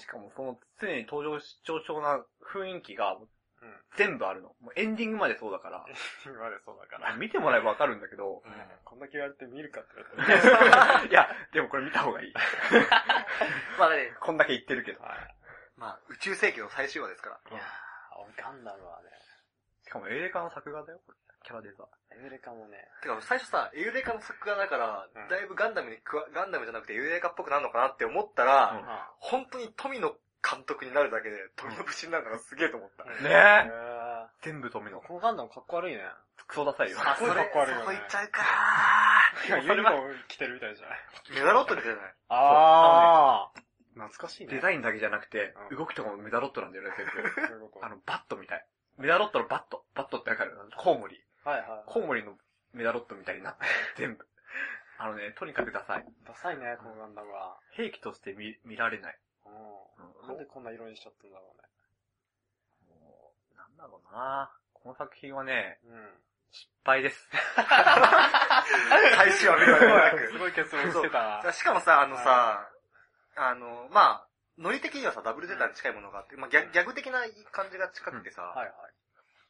しかもその常に登場失調症な雰囲気が、うん、全部あるの。もうエンディングまでそうだから。 エンディングまでそうだから。 見てもらえばわかるんだけど、 うん。こんだけ言われて見るかって言われたら。 いや、でもこれ見た方がいい。 まあね、 こんだけ言ってるけど。 はい、まあ、宇宙世紀の最終話ですから。 いやー、ガンダムはね。 しかもエウレカの作画だよ、これ。キャラデザ。 エウレカもね。 てか最初さ、エウレカの作画だから、うん、だいぶガンダムにくわ、ガンダムじゃなくてエウレカっぽくなるのかなって思ったら、うん、本当に富野監督になるだけで、富野節になるのがすげえと思った。 ねえ。全部富野。 このガンダムかっこ悪いね。 クソダサいよ。 あ、それ、かっこ悪いよね。そこ行っちゃうかー。いや、ユニフォーム着てるみたいじゃない。 メダロットみたいじゃない。 あー。懐かしいね。 デザインだけじゃなくて、動きとかもメダロットなんだよね、全部。あの、バットみたい。メダロットのバット。バットってわかる？コウモリ。 はいはい。 コウモリのメダロットみたいになって、全部。あのね、とにかくダサい。 ダサいね、このガンダムは。 兵器として見、見られない。 うん。なんでこんな色にしちゃったんだろうね。 もう、なんだろうなこの作品はね、 うん、 失敗です。 開始は見られなく。 すごい結論してたな。 しかもさ、あのさ、あの、まあ、ノリ的にはさ、ダブルゼータに近いものがあって、まあギャ、ギャグ的な感じが近くてさ、 うん、はいはい。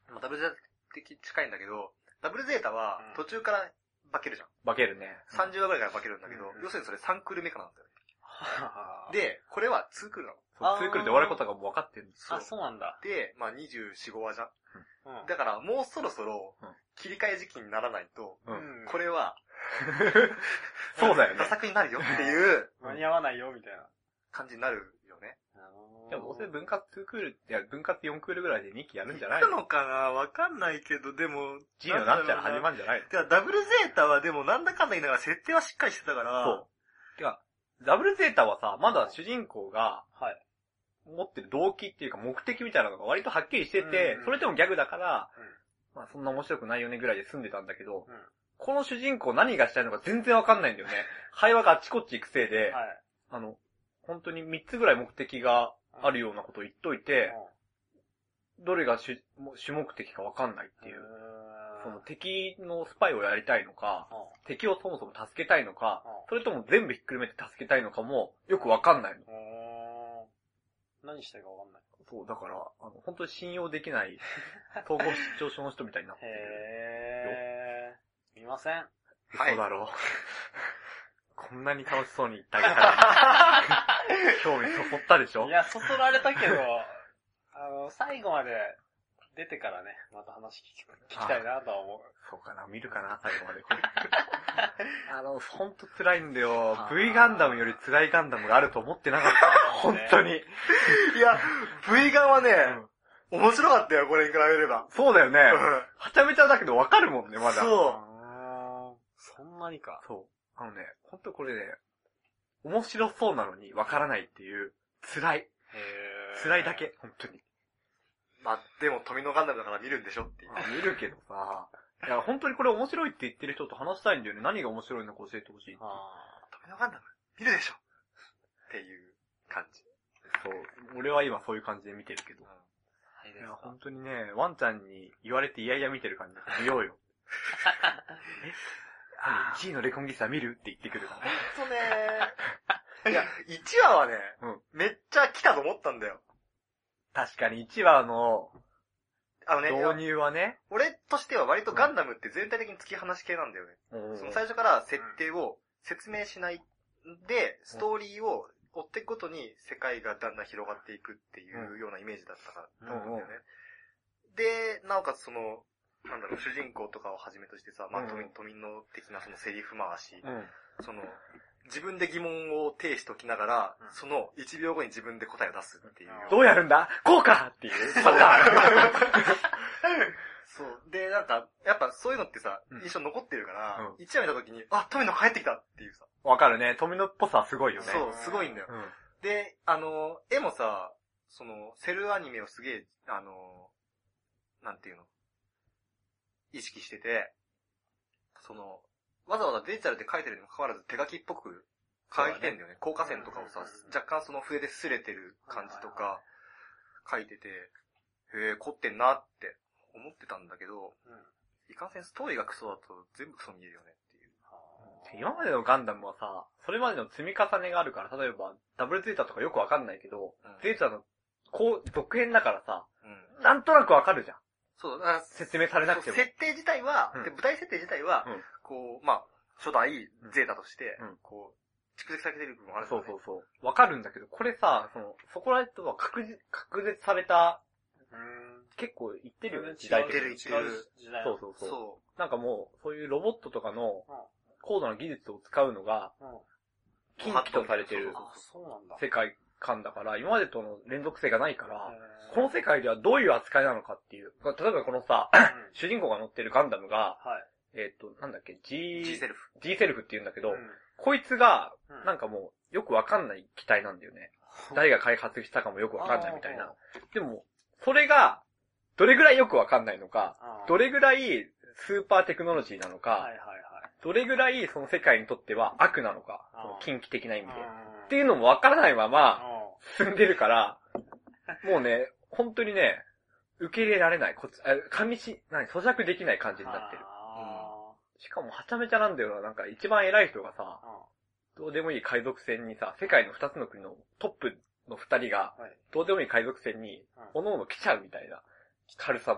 まあ、ダブルゼータ的近いんだけど、ダブルゼータは途中から化けるじゃん。 化けるね。 さんじゅうわぐらいから化けるんだけど、 うん、 要するにそれさんクール目からなんだよね。で、これはにクールなの。 そう、にクールで終わることがもう分かってるんですよ。あ、そうなんだ。 で、まあにじゅうよん、ごわじゃん。 うん、 だからもうそろそろ切り替え時期にならないと、 うん、 これは、 そうだよね。 ダ作になるよっていう。 間に合わないよみたいな感じになるよね。 でもどうせ分割にクール、いや、分割よんクールぐらいでにきやるんじゃないの？行くのかなわかんないけど、でも、 G のなっちゃら始まるんじゃないの？ てか、ダブルゼータはでもなんだかんだ言いながら設定はしっかりしてたから。 そう。てか、ダブルゼータはさ、まだ主人公が、はい。持ってる動機っていうか目的みたいなのが割とはっきりしてて、うんうん、それでもギャグだから、うん、まあそんな面白くないよねぐらいで済んでたんだけど、うん、この主人公何がしたいのか全然わかんないんだよね。会話があっちこっち行くせいで、はい、あの、本当にみっつぐらい目的があるようなことを言っといて、うん、どれが主主目的かわかんないっていう。その敵のスパイをやりたいのか、うん、敵をそもそも助けたいのか、うん、それとも全部ひっくるめて助けたいのかもよくわかんないの。 何したいかわかんない。 そう、だから、あの、本当に信用できない、統合失調症の人みたいになってる。 へー。見ません。 そうだろう。こんなに楽しそうに言ってあげたのに。興味そそったでしょ？ いや、そそられたけど、あの、最後まで出てからね、また話聞き、聞きたいなとは思う。 そうかな、見るかな、最後まで。あの、ほんと辛いんだよ。V ガンダムより辛いガンダムがあると思ってなかった。本当に。 いや、V ガンはね、うん、面白かったよ、これに比べれば。 そうだよね。はちゃめちゃだけどわかるもんね、まだ。 そう。 そんなにか。 そう。あのね、ほんとこれね、面白そうなのにわからないっていう、辛い。へー。辛いだけ、ほんとに。 まあ、でも富野ガンダムだから見るんでしょっていう。 見るけどさ、いや、本当にこれ面白いって言ってる人と話したいんだよね。何が面白いのか教えてほしい。 あー、富野ガンダム見るでしょっていう感じ。 そう。俺は今そういう感じで見てるけど。うん、いや、本当にね、ワンちゃんに言われていやいや見てる感じで見ようよ。え何 ?G のレコンギスタ見るって言ってくるから。 ほんとねー。いや、いちわはね、うん、めっちゃ来たと思ったんだよ。 確かにいちわの、 あのね、 導入はね。 俺としては割とガンダムって全体的に突き放し系なんだよね。うん、その最初から設定を説明しないで、ストーリーを追っていくことに世界がだんだん広がっていくっていうようなイメージだったからと思うんだよね。うん、で、なおかつその、なんだろう、主人公とかをはじめとしてさ、まあ、都民、都民の的なそのセリフ回し、うん、その、自分で疑問を呈しときながら、うん、そのいちびょうごに自分で答えを出すっていう。 どうやるんだこうかっていうパターン。 そう。で、なんか、やっぱそういうのってさ、印象残ってるから、いちわ見たときに、あ、富野帰ってきたっていうさ。 わかるね。富野っぽさはすごいよね。 そう、すごいんだよ。うん、で、あの、絵もさ、その、セルアニメをすげえ、あの、なんていうの意識してて、その、わざわざデジタルで書いてるにもかかわらず手書きっぽく書いてんだよね。効果線とかをさ、若干その筆で擦れてる感じとか書いてて、へぇ、凝ってんなって思ってたんだけど、いかんせんストーリーがクソだと全部クソ見えるよねっていう。 今までのガンダムはさ、それまでの積み重ねがあるから、例えばダブルゼータとかよくわかんないけど、うん、ゼータのこう続編だからさ、うん、なんとなくわかるじゃん。 そうだ、 説明されなくても。 設定自体は、うん、で舞台設定自体は、うん、こう、まあ、初代ゼータとして、うん、こう、蓄積されてる部分もあるんだよね。 そうそうそう。わかるんだけど、これさ、その、そこら辺とは確実、確絶された、うーん結構言ってるよね、時代的に。 言ってる言ってる。 そうそうそう。そうなんかもう、そういうロボットとかの、高度な技術を使うのが、禁忌とされてる世界観だから、今までとの連続性がないから、この世界ではどういう扱いなのかっていう。例えばこのさ、主人公が乗ってるガンダムが、えっと、なんだっけ、G、 G セルフ。 G セルフって言うんだけど、こいつが、なんかもう、よくわかんない機体なんだよね。誰が開発したかもよくわかんないみたいな。でも、それが、どれぐらいよくわかんないのか、どれぐらいスーパーテクノロジーなのか、どれぐらいその世界にとっては悪なのか、その禁忌的な意味で。っていうのもわからないまま、進んでるから、もうね、本当にね、受け入れられない。こっち、あ、噛みし、何、咀嚼できない感じになってる。うん、しかもはちゃめちゃなんだよな。なんか一番偉い人がさ、どうでもいい海賊船にさ、世界の二つの国のトップの二人が、どうでもいい海賊船に、おのおの来ちゃうみたいな軽さもある。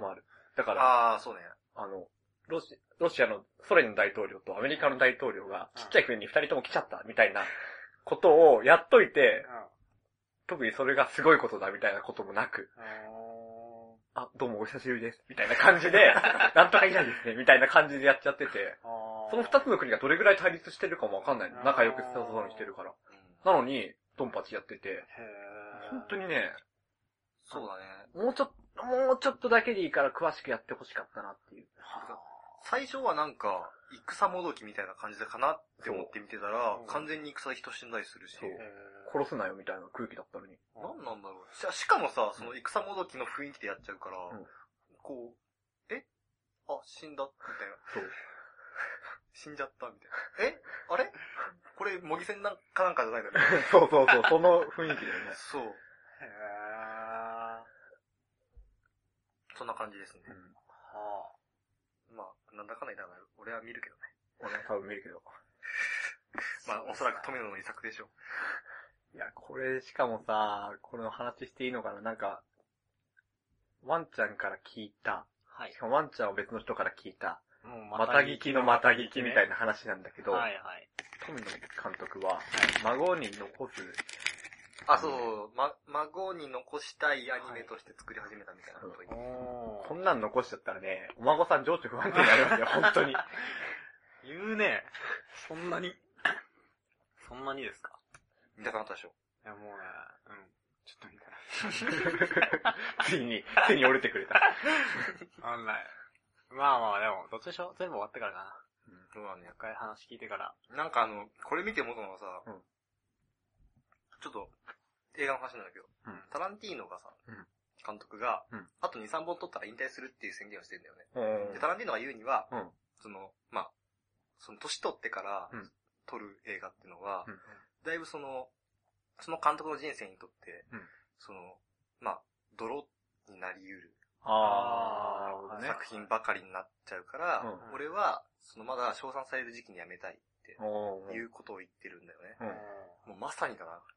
だから、 ああ、そうね。 あの、ロシ、ロシアのソ連の大統領とアメリカの大統領がちっちゃい国に二人とも来ちゃったみたいなことをやっといて、特にそれがすごいことだみたいなこともなく、あ、どうもお久しぶりですみたいな感じで、なんとかいないですねみたいな感じでやっちゃってて、その二つの国がどれぐらい対立してるかもわかんないの。仲良くしたそうにしてるから。なのに、ドンパチやってて、本当にね、 そうだね。 もうちょっと、もうちょっとだけでいいから詳しくやってほしかったなっていう。 最初はなんか、戦もどきみたいな感じでかなって思って見てたら、完全に戦で人死んだりするし、 殺すなよみたいな空気だったのに。 なんなんだろう。し, しかもさ、その戦もどきの雰囲気でやっちゃうから、うん、こう、えあ、死んだみたいな。そう。死んじゃったみたいな。えあれこれ模擬戦なんかなんかじゃないのね。 そうそうそう、その雰囲気だよね。 そう。へー。そんな感じですね。うん、はあ。まあ、なんだかんだ言いながら、俺は見るけどね。 俺は多分見るけど。 まあ、おそらく富野の遺作でしょ。 いや、これしかもさ、この話していいのかななんか、ワンちゃんから聞いた。はい。しかもワンちゃんは別の人から聞いた。また聞きのまた聞きみたいな話なんだけど、はいはい。富野監督は、孫に残す、 あ、そう、ま、孫に残したいアニメとして作り始めたみたいなことを言って、 はい、こんなん残しちゃったらね、お孫さん情緒不安定になりますよ、本当に。 言うね。そんなに。そんなにですか？ 見たくなったでしょ？ いや、もうね、うん。ちょっと見たい。 ついに、ついに折れてくれた。 あんない。まあまあ、でも、どっちでしょ？全部終わってからかな。 うん、そうだね。 一回話聞いてから。 なんかあの、これ見て思ったのがさ、うん、ちょっと、映画の話なんだけど、うん、タランティーノがさ、うん、監督が、うん、あとに、さんぼん撮ったら引退するっていう宣言をしてるんだよね。うん、で、タランティーノが言うには、うん、その、まあ、その年取ってから撮る映画っていうのは、うん、だいぶその、その監督の人生にとって、うん、その、まあ、泥になり得る。ああ、作品ばかりになっちゃうから、うん、俺は、そのまだ称賛される時期にやめたいっていうことを言ってるんだよね。うん、もうまさにだなって。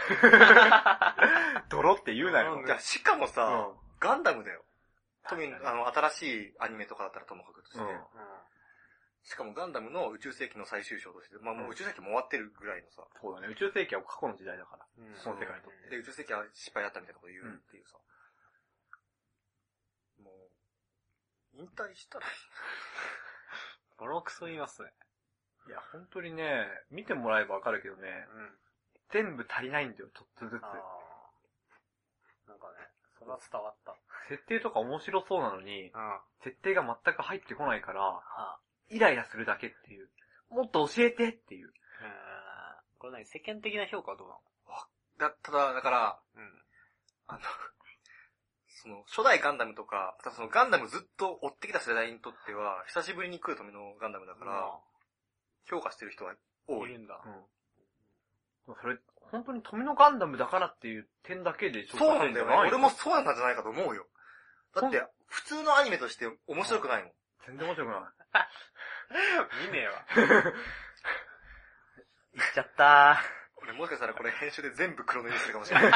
泥って言うなよ。 いや、しかもさ、うん、ガンダムだよ。特に、あの、新しいアニメとかだったらともかくとして、うん、しかもガンダムの宇宙世紀の最終章として、まあもう宇宙世紀も終わってるぐらいのさ。 そうだね、宇宙世紀は過去の時代だから。うん、この世界にとって。 で、宇宙世紀は失敗だったみたいなこと言うっていうさ。うん、もう、引退したらいい。 ボロクソ言いますね。 いや、本当にね、見てもらえばわかるけどね、うん、全部足りないんだよ、ちょっとずつ。 なんかね、それは伝わった。 設定とか面白そうなのに、うん、設定が全く入ってこないから、はあ、イライラするだけっていう。もっと教えてっていう。 これ何世間的な評価はどうなの？ だ、ただ、だから、うん、あの、その、初代ガンダムとか、そのガンダムずっと追ってきた世代にとっては、久しぶりに来るためのガンダムだから、うん、評価してる人は多い。いるんだ。 うん。それ、本当に富野ガンダムだからっていう点だけで評価してるんだよね。俺もそうなんじゃないかと思うよ。だって、普通のアニメとして面白くないもん。 全然面白くない。 見ねえわ。 言っちゃったー。 俺もしかしたらこれ編集で全部黒塗りするかもしれない。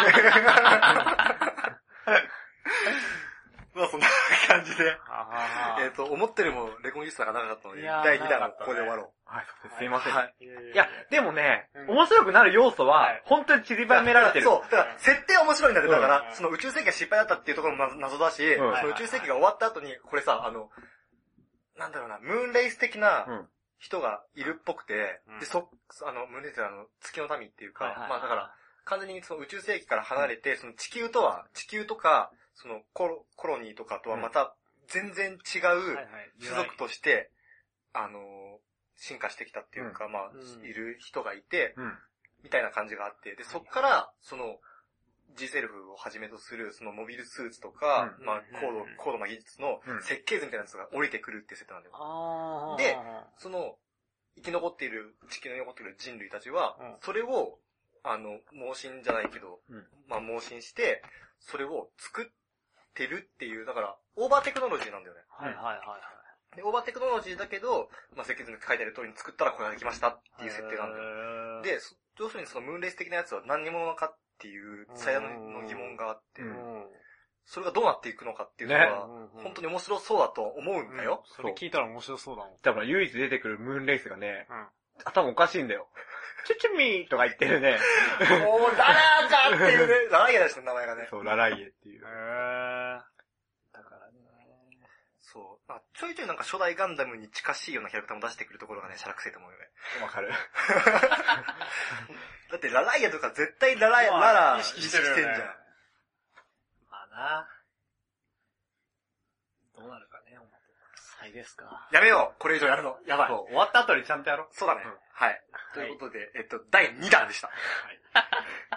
まあそんな感じで。えっと、思ってるもレコンギスタが長かったので、だいにだんはここで終わろう。 はい、そうです。すいません。はい、いや、でもね、うん、面白くなる要素は、本当に散りばめられてる。 そう。だから、設定は面白いんだけど、だから、うん、その宇宙世紀が失敗だったっていうところも謎だし、うん、その宇宙世紀が終わった後に、これさ、あの、なんだろうな、ムーンレイス的な人がいるっぽくて、うん、で、そ、あの、ムーンレイスはあの、月の民っていうか、はいはいはい、まあだから、完全にその宇宙世紀から離れて、その地球とは、地球とか、そのコロ、コロニーとかとはまた全然違う種族として、あの、進化してきたっていうか、うん、まあ、うん、いる人がいて、うん、みたいな感じがあって、で、そっから、その、G セルフをはじめとする、そのモビルスーツとか、うん、まあ、高度、高度な技術の設計図みたいなやつが降りてくるっていう設定なんだよ。で、その、生き残っている、地球に残っている人類たちは、それを、あの、盲信じゃないけど、まあ、盲信して、それを作ってるっていう、だから、オーバーテクノロジーなんだよね。はいはいはいはい。で、オーバーテクノロジーだけど、まあ、設計図に書いてある通りに作ったらこれができましたっていう設定なんだよ。で、要するにそのムーンレース的なやつは何者なのかっていう最大の疑問があって、うん、 それがどうなっていくのかっていうのは、 ね本当に面白そうだと思うんだよ。 それ聞いたら面白そうだもん。 だから唯一出てくるムーンレイスがね、 うん。 頭おかしいんだよ。チュチュミーとか言ってるね。 もう、ララーかっていうね、ラライエだし、名前がね。 そう、ラライエっていう。 へー。だからね。 そう。あ、ちょいちょいなんか初代ガンダムに近しいようなキャラクターも出してくるところがね、シャラくせえと思うよね。 わかる。 だってラライエとか絶対ラライエ、 まあララ意識してるよね意識んじゃん。 まあな。どうなるかね、最ですか。 やめようこれ以上やるの。やばい。 そう、終わった後にちゃんとやろう。 そうだね。 うんはい。ということで、えっと、だいにだんでした。 はい。